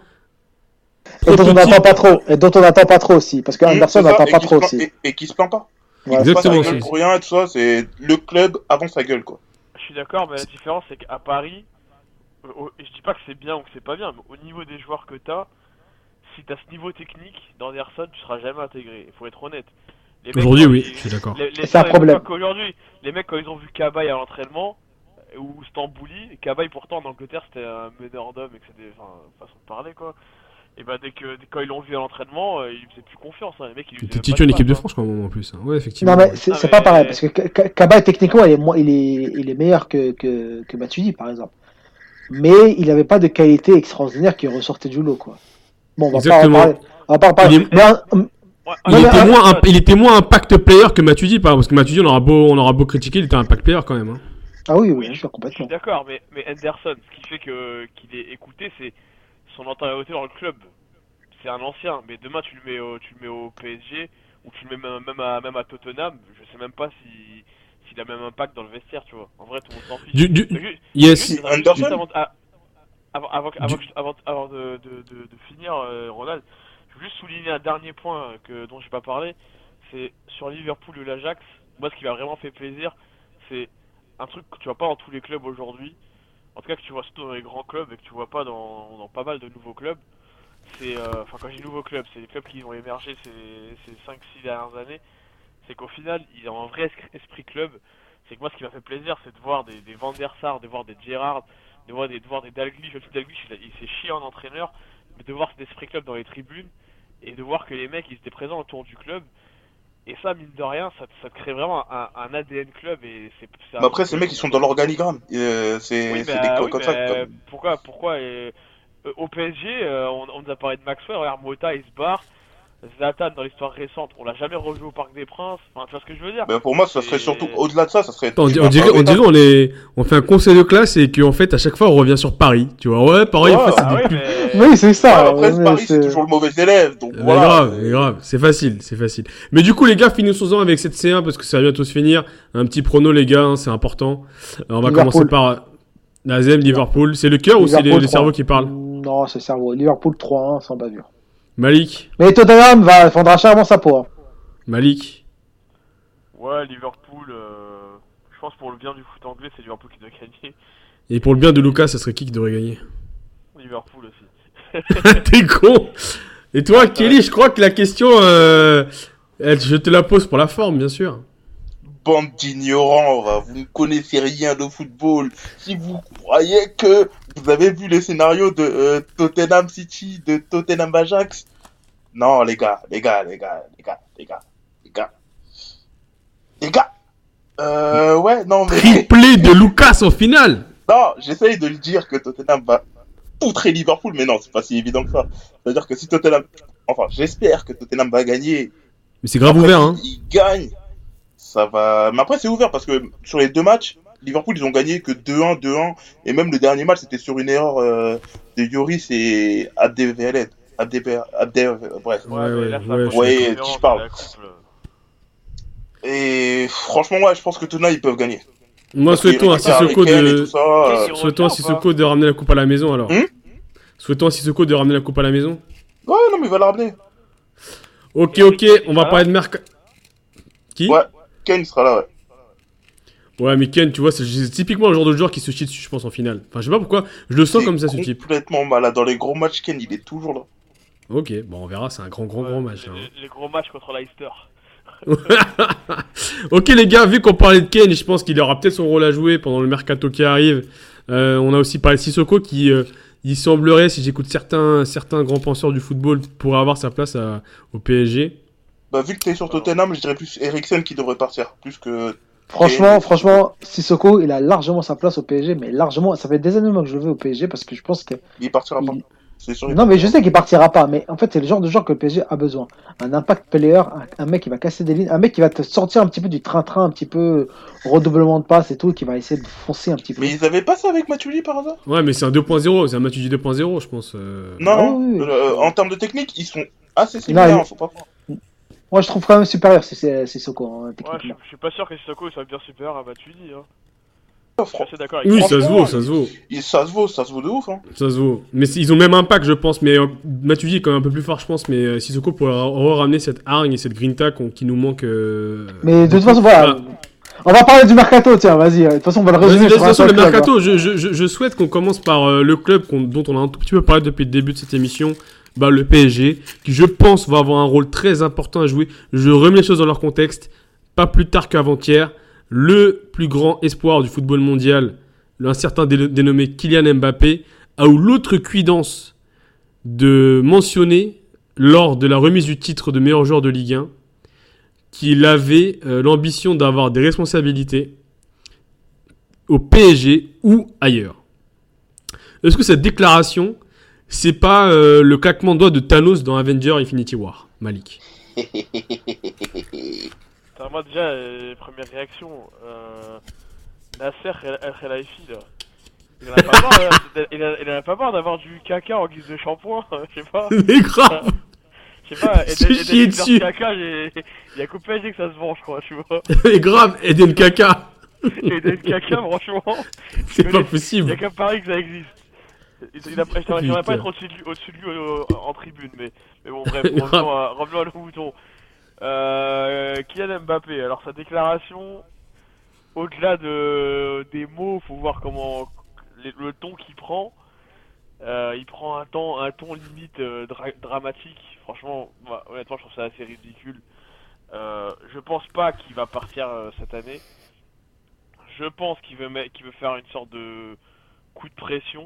Et dont on Petit. n'attend pas trop. Et dont on n'attend pas trop aussi. Parce que Mmh, Anderson c'est ça, n'attend et pas qui trop se plaint- aussi. Et, et qui se plaint pas. Voilà. Il se passe Exactement, sa gueule c'est- pour rien et tout ça, c'est le club avant sa gueule, quoi. Je suis d'accord, mais la différence, c'est qu'à Paris, au- et je dis pas que c'est bien ou que c'est pas bien, mais au niveau des joueurs que t'as, si t'as ce niveau technique, dans Anderson, tu seras jamais intégré. Il faut être honnête. Les mecs, Aujourd'hui, quand oui, ils- je suis d'accord. Les, les, C'est un non, mais problème. pas qu'aujourd'hui, les mecs, quand ils ont vu Cabaye à l'entraînement, euh, ou Stambouli, Cabaye pourtant en Angleterre c'était un meneur d'hommes et que c'était. Enfin, façon de parler quoi. Et bah, dès que, dès, quand ils l'ont vu à l'entraînement, euh, ils faisaient plus confiance. Hein. Les mecs, ils lui T'es faisaient titulaire en pas équipe de passe, France quand même en plus. Hein. Ouais, effectivement. Non, mais ouais. c'est Ah, c'est mais- pas pareil, parce que Ka- Ka- Cabaye, techniquement, il est, mo- il est, il est meilleur que, que, que Matuidi, par exemple. Mais il n'avait pas de qualité extraordinaire qui ressortait du lot, quoi. Bon, on va Exactement. pas en parler. On va pas en parler. Il est- Mais, euh, Ouais, Il, Non, mais, était ah, moins, imp- il était moins impact player que Matuidi, par parce que Matuidi, on aura beau, on aura beau critiquer, il était un impact player quand même. Hein. ah oui, oui, Oui, bien sûr, je suis complètement. d'accord, mais, mais Henderson, ce qui fait que qu'il est écouté, c'est son antériorité dans le club. C'est un ancien, mais demain tu le mets au, tu le mets au P S G ou tu le mets même, même à même à Tottenham, je sais même pas si s'il a même impact dans le vestiaire, tu vois. En vrai, tout le monde s'en fiche. Du, du, Mais ju- yes. juste, Henderson juste avant, ah, avant, avant, avant, Du- avant, avant de, de, de, de finir, euh, Ronald, je veux juste souligner un dernier point euh, que dont j'ai pas parlé, c'est sur Liverpool ou l'Ajax. Moi, ce qui m'a vraiment fait plaisir, c'est un truc que tu vois pas dans tous les clubs aujourd'hui. En tout cas, que tu vois surtout dans les grands clubs et que tu vois pas dans, dans pas mal de nouveaux clubs. C'est, euh, enfin, quand je dis nouveaux clubs, c'est les clubs qui ont émergé ces, ces cinq six dernières années. C'est qu'au final, ils ont un vrai es- esprit club. C'est que moi, ce qui m'a fait plaisir, c'est de voir des, des Van der Sar, de voir des Gerrard, de voir des, de voir des Dalglish. Aussi, Dalglish, il, a- il s'est chié en entraîneur, mais de voir cet esprit club dans les tribunes et de voir que les mecs, ils étaient présents autour du club. Et ça, mine de rien, ça, te- ça te crée vraiment un, un A D N club et c'est. c'est un Mais après, truc ces que- mecs, ils sont dans l'organigramme. Euh, c'est Oui, c'est bah, des clubs oui, comme mais ça. Comme... pourquoi, pourquoi euh, euh, au P S G, euh, on, on nous a parlé de Maxwell, regarde Mota, il se barre. Zlatan, dans l'histoire récente, on l'a jamais revu au Parc des Princes. Enfin, tu vois ce que je veux dire? Ben, pour moi, ça serait C'est- surtout au-delà de ça. Ça serait. Attends, on, tu di- mets on un dirait, on Paqueta. dirait on, est, on fait un conseil de classe et qu'en fait, à chaque fois, on revient sur Paris. Tu vois, ouais, Paris, en Ouais, fait, c'est Ah des oui, clubs. mais. Oui, c'est ça. Ouais, après, mais Paris, c'est c'est- toujours le mauvais élève. Donc Mais voilà. grave, mais grave, c'est facile, c'est facile. Mais du coup, les gars, finissons-en avec cette C un parce que ça va bientôt se finir. Un petit prono, les gars, hein, c'est important. Alors, on va Liverpool. commencer par euh, la deuxième, Liverpool. C'est le cœur ou c'est les, Liverpool les cerveaux trois. qui parlent? Non, c'est le cerveau. Liverpool trois un sans bavure. Malik, Mais Tottenham va fondra chèrement sa peau. Hein. Malik, Ouais, Liverpool, euh, je pense pour le bien du foot anglais, c'est Liverpool qui doit gagner. et pour le bien de Lucas, ça serait qui qui devrait gagner? Liverpool aussi. T'es con. Et toi, Kelly, je crois que la question, euh, elle- je te la pose pour la forme, bien sûr. Bande d'ignorants, va. Vous ne connaissez rien de football. Si vous croyez que vous avez vu les scénarios de euh, Tottenham City, de Tottenham Ajax, non, les gars, les gars, les gars, les gars, les gars, les gars, les gars. Euh, ouais, non, mais Triplé de Lucas en finale. non, j'essaye de le dire que Tottenham va poutrer Liverpool, mais non, c'est pas si évident que ça. C'est-à-dire que si Tottenham, enfin, j'espère que Tottenham va gagner. Mais c'est grave Après, ouvert, hein. s'ils gagnent, ça va. Mais après, c'est ouvert parce que sur les deux matchs, Liverpool, ils ont gagné que deux un, deux un. Et même le dernier match, c'était sur une erreur euh, de Yoris et Abdevelet. Abdever, Abdever, bref. Ouais, ouais, mais là, ça ouais, a je suis pas de d'accord. différence, je parle. la coupe, là. Et franchement, ouais, je pense que Tottenham, ils peuvent gagner. Moi, Parce qu'ils souhaitons à récupèrent Sissoko Ken et tout de, ça, euh, Ils souhaitons à revient ou Sissoko de ramener la coupe à la maison, alors. Hum Souhaitons à Sissoko de ramener la coupe à la maison. Ouais, non, mais il va la ramener. Ok, Et ok, Harry Kane, on va voilà. parler de Merca. Qui? Ouais, Kane il sera là, ouais. Ouais, mais Ken, tu vois, c'est c'est typiquement le genre de joueur qui se chie dessus, je pense, en finale. Enfin, je sais pas pourquoi, je le sens Il comme est ça, ce type. complètement malade. Dans les gros matchs, Kane, il est toujours là. Ok, bon, on verra, c'est un grand, grand, Ouais, grand match. Là, les, hein. les gros matchs contre Leicester. Ok, les gars, vu qu'on parlait de Kane, je pense qu'il aura peut-être son rôle à jouer pendant le mercato qui arrive. Euh, on a aussi parlé de Sissoko qui, euh, il semblerait, si j'écoute certains, certains grands penseurs du football, pourrait avoir sa place à- au P S G. Bah, vu que t'es sur Tottenham, je dirais plus Eriksen qui devrait partir. Plus que. Franchement, Et- franchement, Sissoko, il a largement sa place au P S G, mais largement, ça fait des années moi que je le veux au P S G parce que je pense que. Il partira pas. il- C'est sûr. il Non, mais je partira. sais qu'il partira pas, mais en fait, c'est le genre de joueur que le P S G a besoin. Un impact player, un, un mec qui va casser des lignes, un mec qui va te sortir un petit peu du train-train, un petit peu redoublement de passes et tout, qui va essayer de foncer un petit peu. Mais ils avaient pas ça avec Matuidi par hasard? Ouais, mais c'est un deux point zéro, c'est un Matuidi deux point zéro, je pense. euh. Non, Ah oui, oui. euh, en termes de technique, ils sont assez similaires, il- hein, faut pas croire. Moi, je trouve quand même supérieur si c'est Sissoko, hein, Ouais, je, techniquement. je suis pas sûr que Sissoko soit bien supérieur à Matuidi. Hein. Ah, Je suis fran- assez d'accord avec Oui, toi. ça se franchement, vaut, ça se vaut. il- ça se vaut, ça se vaut de ouf. Hein. Ça se vaut. Mais c'est- ils ont même impact, je pense. Mais euh, Matuidi est quand même un peu plus fort, je pense. Mais euh, Sissoko pourrait ra- ramener cette hargne et cette grinta qu'on- qui nous manque. euh, Mais de toute façon, voilà. On va parler du mercato, tiens, vas-y. De toute façon, on va le Vas-y, résumer vas-y, sur un de toute façon, seul le club, hein. mercato, je, je, je- je souhaite qu'on commence par euh, le club qu'on- dont on a un tout petit peu parlé depuis le début de cette émission, bah, le P S G, qui je pense va avoir un rôle très important à jouer. Je remets les choses dans leur contexte. Pas plus tard qu'avant-hier, le plus grand espoir du football mondial, un certain dé- dénommé Kylian Mbappé, a eu l'autre cuidance de mentionner lors de la remise du titre de meilleur joueur de Ligue un qu'il avait euh, l'ambition d'avoir des responsabilités au P S G ou ailleurs. Est-ce que cette déclaration, c'est pas euh, le claquement de doigts de Thanos dans Avengers Infinity War, Malik? Enfin, moi déjà, euh, première réaction, euh, Nasser El El Khelaifi là. Il en a pas marre, euh, il a, il en a pas marre d'avoir du caca en guise de shampoing, je sais pas. Mais grave. Je sais pas, Se chier dessus. caca, j'ai- il y a qu'au P S G que ça se vend, je crois, tu vois. Mais grave, Eden Kaka. Eden caca, franchement, C'est Mais pas il y a possible. qu'à Paris que ça existe. Il, il a, j'aimerais j'aimerais pas être au-dessus de lui, au-dessus de lui euh, en tribune, mais, mais bon, bref, revenons à, revenons à nos moutons. Euh, Kylian Mbappé, alors sa déclaration, au-delà de, des mots, faut voir comment les- le ton qu'il prend. Euh, il prend un ton, un ton limite euh, dra- dramatique. Franchement, moi, honnêtement, je trouve ça assez ridicule. Euh, je pense pas qu'il va partir euh, cette année. Je pense qu'il veut, met- qu'il veut faire une sorte de coup de pression.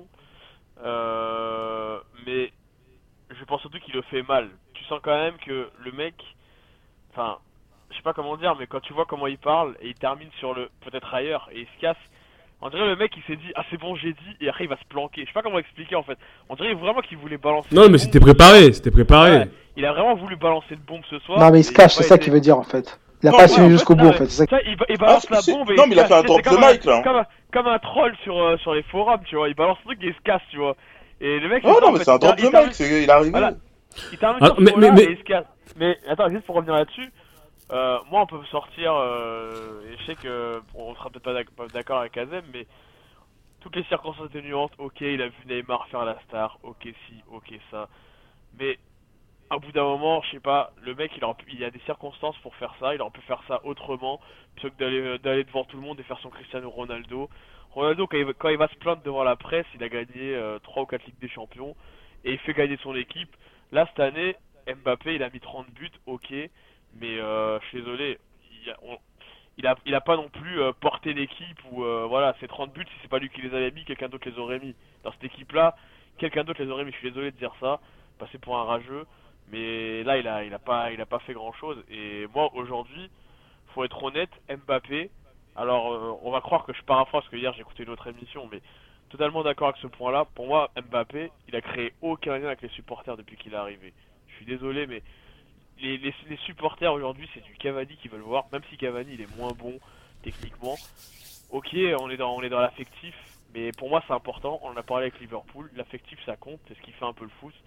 Euh, mais je pense surtout qu'il le fait mal. Tu sens quand même que le mec, enfin, je sais pas comment dire, mais quand tu vois comment il parle et il termine sur le peut-être ailleurs et il se casse, on dirait le mec il s'est dit ah c'est bon j'ai dit et après il va se planquer. Je sais pas comment expliquer en fait. On dirait vraiment qu'il voulait balancer. Non, une mais bombe. c'était préparé, c'était préparé. Ouais, il a vraiment voulu balancer une bombe ce soir. Non, mais il se et cache, a pas c'est ça été- qu'il veut dire en fait. Il a Non, pas ouais, suivi en jusqu'au fait, bout en non, fait. C'est ça. Ça, il, ba- il balance Ah, la c'est- bombe et non, il mais se il a fait un casse. drop C'est the comme un- mic, là, hein. Comme un, comme un troll sur, euh, sur les forums, tu vois. Il balance un truc et il se casse, tu vois. Et le mec, Oh ça, non, en mais fait, c'est un il drop ter- il the termine- mic, c'est- il est arrivé. Voilà. Il termine Ah, sur ce mais- mot-là mais- et il se casse. Mais attends, juste pour revenir là-dessus, euh, moi on peut sortir, euh, et je sais que bon, on sera peut-être pas d'ac- pas d'accord avec Azem, mais toutes les circonstances atténuantes, ok, il a vu Neymar faire la star, ok si, ok ça, mais à bout d'un moment, je sais pas, le mec il, aurait pu- il y a des circonstances pour faire ça, il aurait pu faire ça autrement, plutôt que d'aller euh, d'aller devant tout le monde et faire son Cristiano Ronaldo. Ronaldo, quand il, va- quand il va se plaindre devant la presse, il a gagné euh, trois ou quatre Ligues des Champions et il fait gagner son équipe. Là, cette année, Mbappé, il a mis trente buts, ok, mais euh, je suis désolé, il a, on- il a, il a pas non plus euh, porté l'équipe ou euh, voilà, ces trente buts, si c'est pas lui qui les avait mis, quelqu'un d'autre les aurait mis. Dans cette équipe-là, quelqu'un d'autre les aurait mis. Je suis désolé de dire ça, passer pour un rageux, mais là, il a, il a pas, il a pas fait grand-chose. Et moi, aujourd'hui, faut être honnête, Mbappé. Alors, euh, on va croire que je paraphrase parce que hier j'ai écouté une autre émission, mais totalement d'accord avec ce point-là. Pour moi, Mbappé, il a créé aucun lien avec les supporters depuis qu'il est arrivé. Je suis désolé, mais les, les, les supporters aujourd'hui, c'est du Cavani qu'ils veulent voir, même si Cavani il est moins bon techniquement. Ok, on est dans, on est dans l'affectif, mais pour moi c'est important. On en a parlé avec Liverpool, l'affectif ça compte, c'est ce qui fait un peu le foot.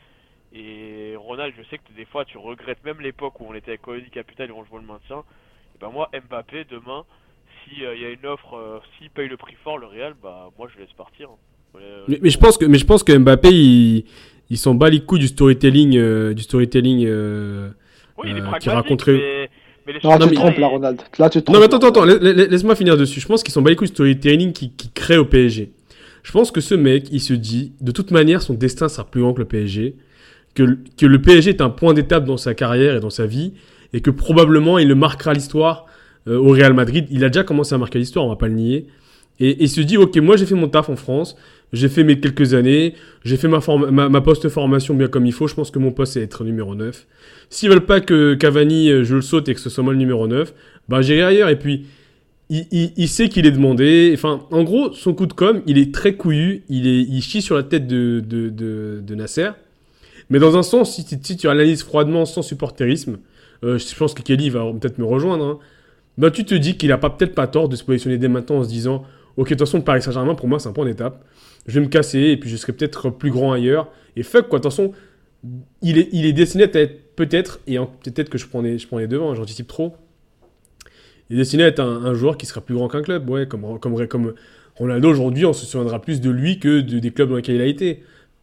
Et Ronald, je sais que des fois tu regrettes même l'époque où on était avec Colony Capital et on jouait le maintien. Et ben moi, Mbappé, demain, s'il euh, y a une offre, euh, s'il paye le prix fort, le Real, bah moi je laisse partir. Euh, Mais, mais je pense que, mais je pense que Mbappé, il, il s'en bat les couilles du storytelling, euh, du storytelling. Euh, oui, il est euh, pragmatique, qui raconterait- mais, mais les Non, tu te supporters, trompes là, ils- Ronald. Là, tu te trompes. Non, mais attends, là. attends, attends, la- la- laisse-moi finir dessus. Je pense qu'ils s'en bat les couilles du storytelling qui, qui crée au P S G. Je pense que ce mec, il se dit, de toute manière, son destin sera plus grand que le P S G, que, le- que le P S G est un point d'étape dans sa carrière et dans sa vie, et que probablement il le marquera l'histoire euh, au Real Madrid. Il a déjà commencé à marquer l'histoire, on va pas le nier. Et et il se dit, ok, moi j'ai fait mon taf en France, j'ai fait mes quelques années, j'ai fait ma, forma- ma, ma post-formation bien comme il faut, je pense que mon poste c'est être numéro neuf. S'ils veulent pas que Cavani, euh, je le saute et que ce soit moi le numéro neuf, bah j'irai ailleurs. Et puis, il, il, il sait qu'il est demandé. Enfin, en gros, son coup de com', il est très couillu, il, est, il chie sur la tête de, de, de, de Nasser. Mais dans un sens, si, si tu analyses froidement, sans supporterisme, euh, je pense que Kelly va peut-être me rejoindre, hein, bah tu te dis qu'il a pas, peut-être pas tort de se positionner dès maintenant en se disant « Ok, de toute façon, le Paris Saint-Germain, pour moi, c'est un point d'étape. Je vais me casser et puis je serai peut-être plus grand ailleurs. Et fuck, quoi. De toute façon, il est, il est destiné à être peut-être, et en- peut-être que je prends les, je prends les devants, j'anticipe trop, il est destiné à être un, un joueur qui sera plus grand qu'un club. Ouais, comme, comme, comme Ronaldo, aujourd'hui, on se souviendra plus de lui que de, des clubs dans lesquels il a été.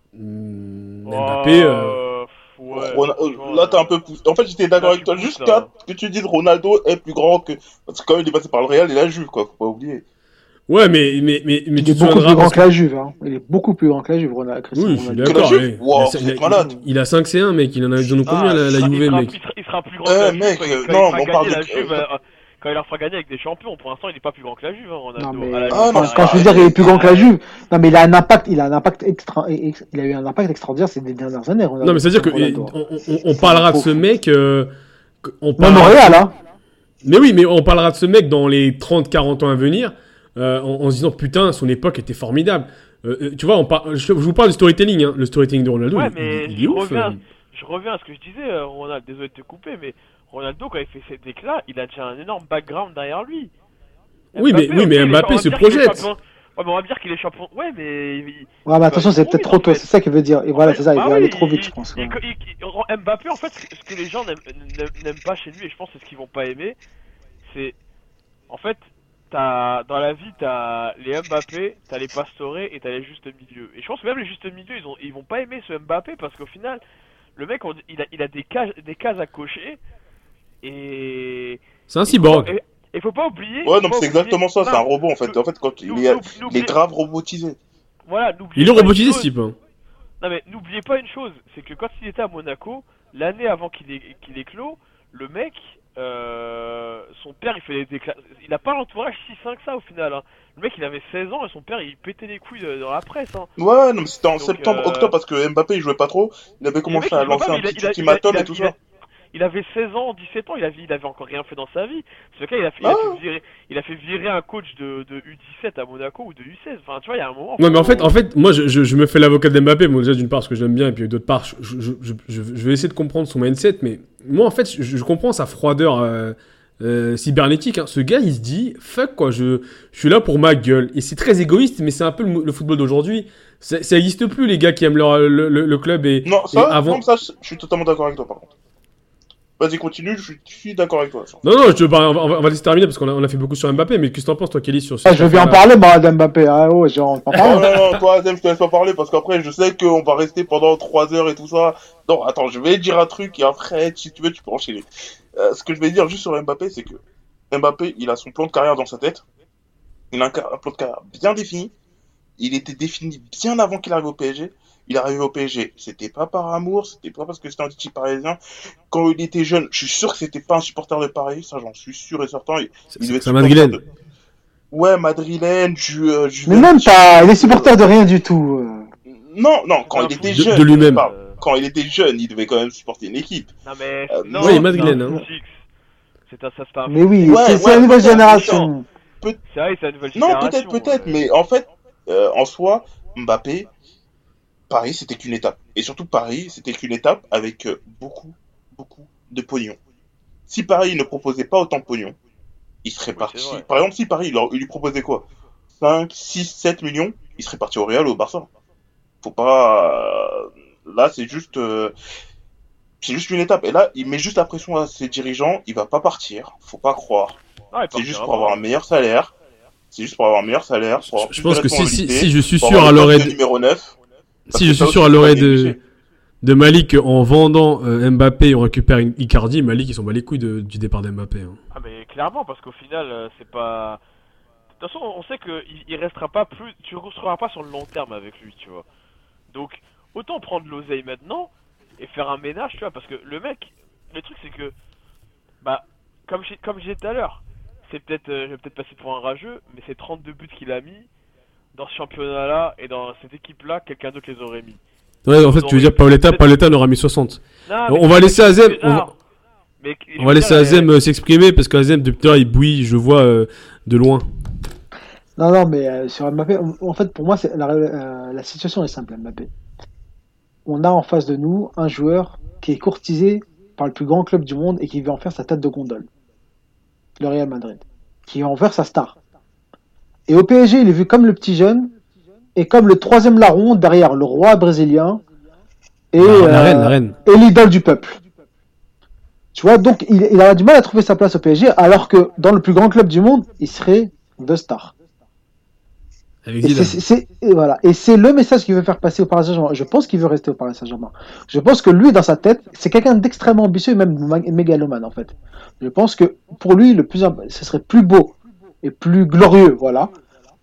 Hum, Mbappé... euh, Euh, ouais, Ron- franchement, Là, t'es un peu poussé. En fait, j'étais d'accord Là, avec tu toi. pousses, Jusqu'à là. ce que tu dises Ronaldo est plus grand que. Parce que quand il est passé par le Real, il a Juve, quoi. Faut pas oublier. Ouais, mais, mais, mais, mais Il tu est te beaucoup plus souviendras. grand parce que la Juve. Hein. Il est beaucoup plus grand que la Juve, Ronald, Cristiano Oui, je suis Ronaldo. d'accord. Que la Juve mais- Wow, il a- vous il a- êtes malade. Il a cinq C un, mec. Il en a donné combien, Ah, la, la Il sera- il Juve, sera- mec il sera, il sera plus grand Euh, que la Juve mec, quand, il- euh, quand non, il mais fera on parle gagner de- la Juve. euh, quand il leur fera gagner avec des champions, pour l'instant, il n'est pas plus grand que la Juve, hein, Ronaldo. Non, mais À la Ah, Juve, non, quand, c'est quand pas- je veux dire il est plus grand que la Juve, non mais il a un impact, il a un impact extra, ex- il a eu un impact extraordinaire ces dernières années. Ronaldo. Non, mais c'est-à-dire que Ronaldo. on, on- on parlera de ce mec. euh, que- on Même parlera- au Real, hein. Mais oui, mais on parlera de ce mec dans les trente quarante ans à venir, euh, en, en se disant putain, son époque était formidable. Euh, euh, tu vois, on par- je, je vous parle du storytelling, hein. Le storytelling de Ronaldo, Ouais, il, mais il- il est je ouf. reviens, euh. je reviens à ce que je disais, euh, Ronald. Désolé de te couper, mais Ronaldo, quand il fait cet éclat, il a déjà un énorme background derrière lui. Oui, mais- oui, ok, mais il est- Mbappé on va se dire qu'il est projette. champion- Ouais, mais on va dire qu'il est champion. Ouais, mais. il- Ouais, mais attention, il va c'est trop peut-être vite, trop en tôt, fait. c'est ça qu'il veut dire. Et voilà, Ouais, c'est ça, il bah veut oui, aller trop vite, il- je pense. il- ouais. il- il- Mbappé, en fait, ce que, ce que les gens n'aiment- n'aiment n'aiment pas chez lui, et je pense que c'est ce qu'ils vont pas aimer, c'est. En fait, t'as, dans la vie, t'as les Mbappé, t'as les Pastore et t'as les justes milieux. Et je pense que même les justes milieux, ils, ont, ils vont pas aimer ce Mbappé parce qu'au final, le mec, on- il, a, il a des cases, des cases à cocher. Et. C'est un cyborg. Et il faut pas oublier. Ouais, faut non, pas mais c'est oublier- exactement ça, c'est un Non, robot en fait. nous- En fait, quand il nous- est, nous- il n'oubliez- est grave robotisé. Voilà, n'oubliez Il est pas une robotisé, chose. ce type. hein. Non mais n'oubliez pas une chose, c'est que quand il était à Monaco, l'année avant qu'il ait, qu'il ait clos, le mec, euh, son père il fait des décla- il a pas l'entourage si sain que ça au final. Hein. Le mec il avait seize ans et son père il pétait les couilles euh, dans la presse. Hein. Ouais, non, mais c'était en Donc, septembre, euh, octobre, parce que Mbappé il jouait pas trop. Il avait Et le commencé mec, à il jouait lancer pas, un mais il a- petit il a- ultimatum il a- et tout il a- ça. Il avait seize ans, dix-sept ans, il avait, il avait encore rien fait dans sa vie. Ce gars, il a fait, il a Ah. fait virer, il a fait virer un coach de, de U dix-sept à Monaco ou de U seize. Enfin, tu vois, il y a un moment. Non, mais en faut- fait, en fait moi, je, je, je me fais l'avocat de Mbappé. Moi, déjà, d'une part, parce que je l'aime bien, et puis d'autre part, je, je, je, je, je vais essayer de comprendre son mindset. Mais moi, en fait, je, je comprends sa froideur euh, euh, cybernétique. Hein. Ce gars, il se dit, fuck, quoi, je, je suis là pour ma gueule. Et c'est très égoïste, mais c'est un peu le, le football d'aujourd'hui. Ça ça existe plus, les gars qui aiment leur, le, le, le club. Et, Non, et ça, avant... non, ça, je je suis totalement d'accord avec toi par contre. Vas-y, continue, je suis, je suis d'accord avec toi. ça. Non, non, je, bah, on, va, on va laisser terminer parce qu'on a, on a fait beaucoup sur Mbappé. Mais qu'est-ce que t'en penses, toi, Kelly, sur ce Ah, je veux bien en parler, moi, d'Mbappé. Ah ouais, genre, on peut en Oh parler. non, non, toi, Azem, je te laisse pas parler parce qu'après, je sais qu'on va rester pendant trois heures et tout ça. Non, attends, je vais dire un truc et après, si tu veux, tu peux enchaîner. Euh, ce que je vais dire juste sur Mbappé, c'est que Mbappé, il a son plan de carrière dans sa tête. Il a un, ca- un plan de carrière bien défini. Il était défini bien avant qu'il arrive au P S G. Il est arrivé au P S G. C'était pas par amour, c'était pas parce que c'était un petit parisien. Quand il était jeune, je suis sûr que c'était pas un supporter de Paris, ça j'en suis sûr et certain. Il, C'est- il devait c'est être un supporter Madrilène. de- Ouais, madrilène, Ju, euh, Mais Juventus. même pas, il est supporter de rien du tout. euh. Non, non, quand Un il fou. était De- jeune. de lui-même. je parle. Quand il était jeune, il devait quand même supporter une équipe. Non mais. Euh, non, ouais, il est madrilène, c'est un hein. fixe. C'est un, ça c'est un Mais oui, Ouais, c'est c'est ouais, la nouvelle peut-être, génération. C'est vrai, c'est la nouvelle Non, génération. peut-être, peut-être, euh, mais en fait, euh, en soi, Mbappé, Paris, c'était qu'une étape. Et surtout, Paris, c'était qu'une étape avec euh, beaucoup, beaucoup de pognon. Si Paris ne proposait pas autant de pognon, il serait Oui, parti. c'est vrai. Par exemple, si Paris, il, leur- il lui proposait quoi cinq, six, sept millions, il serait parti au Real ou au Barça. Faut pas... euh, Là, c'est juste... euh, C'est juste une étape. Et là, il met juste la pression à ses dirigeants. Il va pas partir. Faut pas croire. non, il C'est juste partira pour avoir pas. un meilleur salaire. C'est juste pour avoir un meilleur salaire. Pour avoir Je plus pense de que si, si, responsabilités, si je suis pour sûr avoir à le l'oreille poste de de, numéro neuf. parce si que je ça suis sûr aussi, à faut pas l'oreille de, négliger. de Malik en vendant euh, Mbappé et on récupère une Icardi, Malik ils s'en bat les couilles de- du départ d'Mbappé. Hein. Ah mais clairement parce qu'au final euh, c'est pas. De toute façon on sait que il, il restera pas plus. Tu ne construiras pas sur le long terme avec lui, tu vois. Donc autant prendre l'oseille maintenant et faire un ménage, tu vois, parce que le mec, le truc c'est que bah comme j'ai comme je disais tout à l'heure, c'est peut-être euh, je vais peut-être passer pour un rageux, mais c'est trente-deux buts qu'il a mis dans ce championnat-là et dans cette équipe-là, quelqu'un d'autre les aurait mis. Ouais, en fait, tu veux dire Paoletta, Paoletta en aura mis soixante. Non, On mais- va laisser Azem, on Non, va, mais je on va veux laisser dire, Azem euh, euh, s'exprimer parce qu'Azem depuis tout à l'heure il bouille, je vois euh, de loin. Non, non, mais euh, sur Mbappé, en- en fait, pour moi, c'est la, euh, la situation est simple, Mbappé. On a en face de nous un joueur qui est courtisé par le plus grand club du monde et qui veut en faire sa tête de gondole. Le Real Madrid. Qui veut en faire sa star. Et au P S G, il est vu comme le petit jeune et comme le troisième larron derrière le roi brésilien et, La, la euh, reine, la reine. et l'idole du peuple. Tu vois, donc il, il a du mal à trouver sa place au P S G alors que dans le plus grand club du monde, il serait deux stars. Avec Et Zidane. c'est, c'est- et voilà. Et c'est le message qu'il veut faire passer au Paris Saint-Germain. Je pense qu'il veut rester au Paris Saint-Germain. Je pense que lui, dans sa tête, c'est quelqu'un d'extrêmement ambitieux et même ma- mégalomane, en fait. Je pense que pour lui, le plus, imp- ce serait plus beau et plus glorieux, voilà,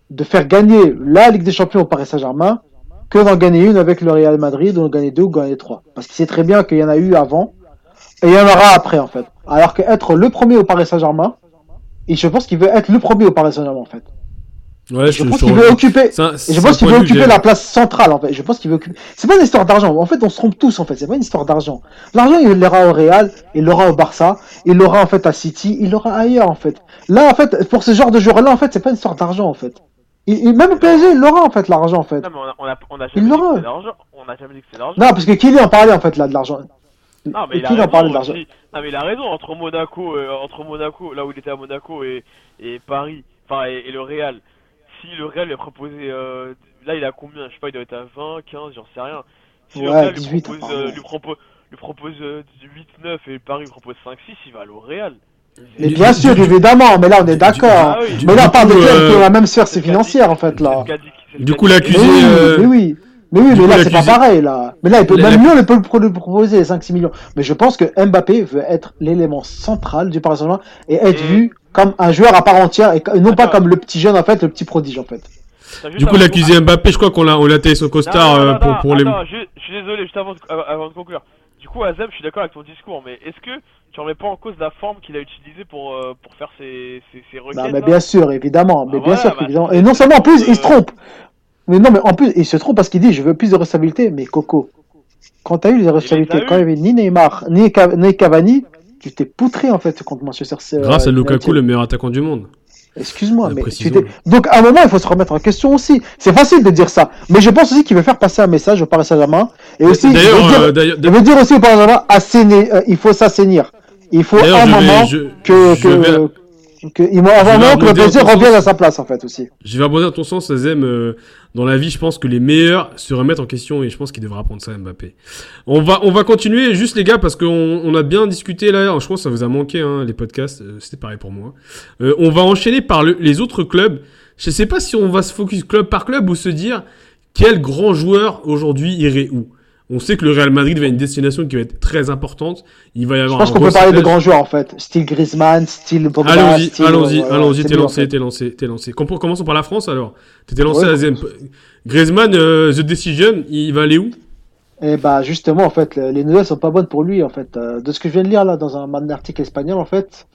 de faire gagner la Ligue des Champions au Paris Saint-Germain que d'en gagner une avec le Real Madrid, ou d'en gagner deux ou gagner trois. Parce qu'il sait très bien qu'il y en a eu avant et il y en aura après en fait. Alors qu'être le premier au Paris Saint-Germain, et je pense qu'il veut être le premier au Paris Saint-Germain en fait. Ouais, je, je pense qu'il veut occuper. C'est un, et je pense qu'il veut occuper la place centrale en fait. Je pense qu'il veut occuper. C'est pas une histoire d'argent. En fait, on se trompe tous en fait. C'est pas une histoire d'argent. L'argent, il l'aura au Real, il l'aura au Barça, il l'aura en fait à City, il l'aura ailleurs en fait. Là, en fait, pour ce genre de joueur-là, en fait, c'est pas une histoire d'argent en fait. Et, et même au P S G, il l'aura en fait l'argent en fait. Non, mais on a, on a, on a jamais dit que c'est l'argent. On a jamais dit que c'est l'argent. Non, parce que Kylian en parlait en fait là de l'argent. Non, mais il a raison. En de l'argent. Non, mais il a raison. Entre Monaco, euh, entre Monaco, là où il était à Monaco et, et Paris, enfin et, et le Real. Si le Real lui a proposé, euh, là il a combien? Je sais pas, il doit être à vingt, quinze, j'en sais rien. Si ouais, le Real dix-huit, lui propose, euh, lui propose, lui propose euh, huit neuf et Paris lui propose cinq six, il va aller au Real. Mais bien du, sûr, du, évidemment, mais là on est d'accord. Ah, oui, mais là on parle de clubs euh, qui ont la même sphère financière en fait là. Du coup l'accusé. Mais oui, euh... mais oui. Mais oui, mais là c'est pas pareil là. Mais là il peut, même mieux il peut le proposer les cinq six millions. Mais je pense que Mbappé veut être l'élément central du Paris Saint-Germain et être et... vu comme un joueur à part entière et non Attends. pas comme le petit jeune en fait, le petit prodige en fait. Du coup l'accusé Mbappé, je crois qu'on l'a on l'a taillé son costard non, non, non, pour, pour attends, les. Je, je suis désolé, juste avant de, avant de conclure. Du coup Azem, je suis d'accord avec ton discours, mais est-ce que tu remets pas en cause la forme qu'il a utilisée pour euh, pour faire ses ses, ses requêtes? Non, mais bien sûr, évidemment, mais ah, bien voilà, sûr, bah, évidemment. Et non seulement en plus, euh... il se trompe. Mais non, mais en plus, il se trompe parce qu'il dit je veux plus de responsabilité. Mais Coco, quand t'as eu les responsabilités, quand il y avait ni Neymar, ni, Cav- ni Cavani, tu t'es poutré en fait contre Manchester City. Grâce euh, à Lukaku, le meilleur attaquant du monde. Excuse-moi, mais tu t'es... donc à un moment il faut se remettre en question aussi. C'est facile de dire ça, mais je pense aussi qu'il veut faire passer un message au Paris Saint-Germain et aussi il veut, dire... Euh, d'ailleurs, il veut dire aussi au Paris Saint-Germain assainir, euh, il faut s'assainir. Il faut à un moment vais, je, que, je que... Vais... Que, il m'a avant que le P S G revienne à sa place en fait aussi. Je vais rebondir à ton sens, Azem. Euh, dans la vie, je pense que les meilleurs se remettent en question et je pense qu'il devra apprendre ça à Mbappé. On va, on va continuer juste les gars parce qu'on on a bien discuté là. Je pense que ça vous a manqué hein, les podcasts. Euh, c'était pareil pour moi. Euh, on va enchaîner par le, les autres clubs. Je sais pas si on va se focus club par club ou se dire quel grand joueur aujourd'hui irait où. On sait que le Real Madrid va être une destination qui va être très importante. Il va y avoir. Je pense qu'on peut parler de grands joueurs en fait, style Griezmann, style Pogba. Allons-y, style, allons-y, euh, allons-y. T'es lancé, en fait. t'es lancé, t'es lancé. Commençons par la France alors. T'étais lancé ouais, à la deuxième. Griezmann, euh, The Decision, il va aller où? Eh bah justement en fait, les nouvelles sont pas bonnes pour lui en fait. Euh, de ce que je viens de lire là dans un, un article espagnol en fait,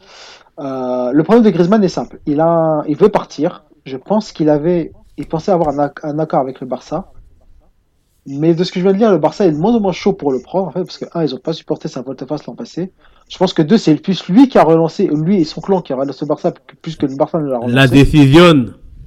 euh, le problème de Griezmann est simple. Il a, il veut partir. Je pense qu'il avait, il pensait avoir un, un accord avec le Barça. Mais de ce que je viens de dire, le Barça est de moins en moins chaud pour le prendre, en fait, parce que, un, ils n'ont pas supporté sa volte-face l'an passé. Je pense que deux, c'est plus lui qui a relancé, lui et son clan qui a relancé le Barça, plus que le Barça ne l'a relancé. La décision.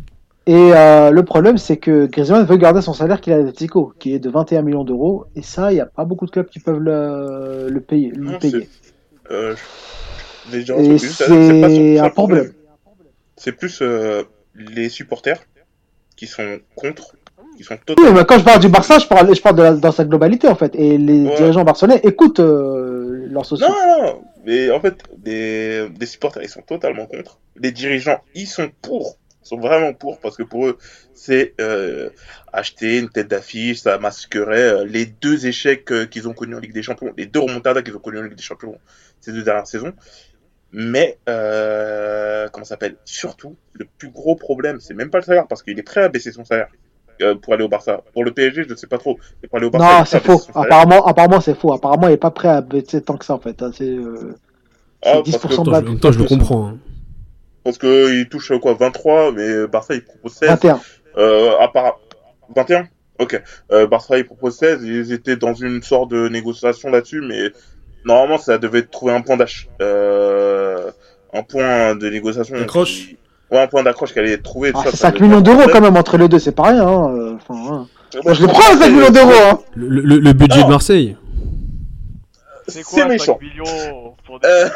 Et euh, le problème, c'est que Griezmann veut garder son salaire qu'il a à l'Atlético, qui est de vingt et un millions d'euros, et ça, il n'y a pas beaucoup de clubs qui peuvent le, le payer. Non, le payer. C'est, euh, gens, et c'est, c'est, c'est pas un son, problème. problème. C'est plus euh, les supporters qui sont contre. Ils sont totalement... Oui, mais quand je parle du Barça, je parle, je parle de la, dans sa globalité en fait. Et les ouais. dirigeants barcelonais écoutent euh, leurs socios. Non, non, non. Mais en fait, des, des supporters, ils sont totalement contre. Les dirigeants, ils sont pour. Ils sont vraiment pour parce que pour eux, c'est euh, acheter une tête d'affiche, ça masquerait euh, les deux échecs euh, qu'ils ont connus en Ligue des Champions, les deux remontadas qu'ils ont connus en Ligue des Champions ces deux dernières saisons. Mais, euh, comment ça s'appelle ? Surtout, le plus gros problème, c'est même pas le salaire parce qu'il est prêt à baisser son salaire. Pour aller au Barça. Pour le P S G, je ne sais pas trop. Mais pour aller au Barça, non, c'est faux. Apparemment, apparemment, c'est faux. Apparemment, il n'est pas prêt à baisser tant que ça, en fait. C'est, euh, c'est ah, dix pour cent de bas. En même temps, je le comprends. Hein. Parce qu'il touche quoi, vingt-trois, mais Barça, il propose seize. vingt et un. Euh, à part... vingt et un Ok. Euh, Barça, il propose seize. Ils étaient dans une sorte de négociation là-dessus, mais normalement, ça devait trouver un point d'accroche. Euh... Un point de négociation. D'accroche qui... Ouais, un point d'accroche qu'elle allait trouver. Ah, c'est cinq millions d'euros quand même entre les deux, c'est pas rien. Hein. Enfin, hein. Moi, je le prends à cinq millions d'euros. Hein. Le, le, le budget non. de Marseille. C'est, quoi, c'est méchant. cinq millions pour des euh...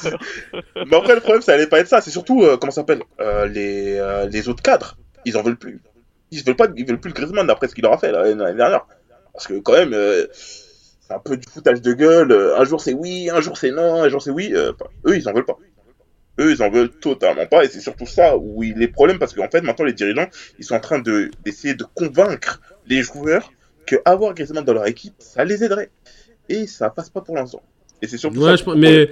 Mais après, le problème, ça allait pas être ça. C'est surtout, euh, comment ça s'appelle euh, les, euh, les autres cadres. Ils en veulent plus. Ils veulent pas, ils veulent plus le Griezmann après ce qu'il leur a fait là, l'année dernière. Parce que quand même, euh, c'est un peu du foutage de gueule. Un jour c'est oui, un jour c'est non, un jour c'est oui. Euh, eux, ils en veulent pas. Eux, ils en veulent totalement pas, et c'est surtout ça où il est problème, parce qu'en fait, maintenant, les dirigeants, ils sont en train de, d'essayer de convaincre les joueurs que avoir Griezmann dans leur équipe, ça les aiderait. Et ça passe pas pour l'instant. Et c'est surtout ouais, ça. Je, mais,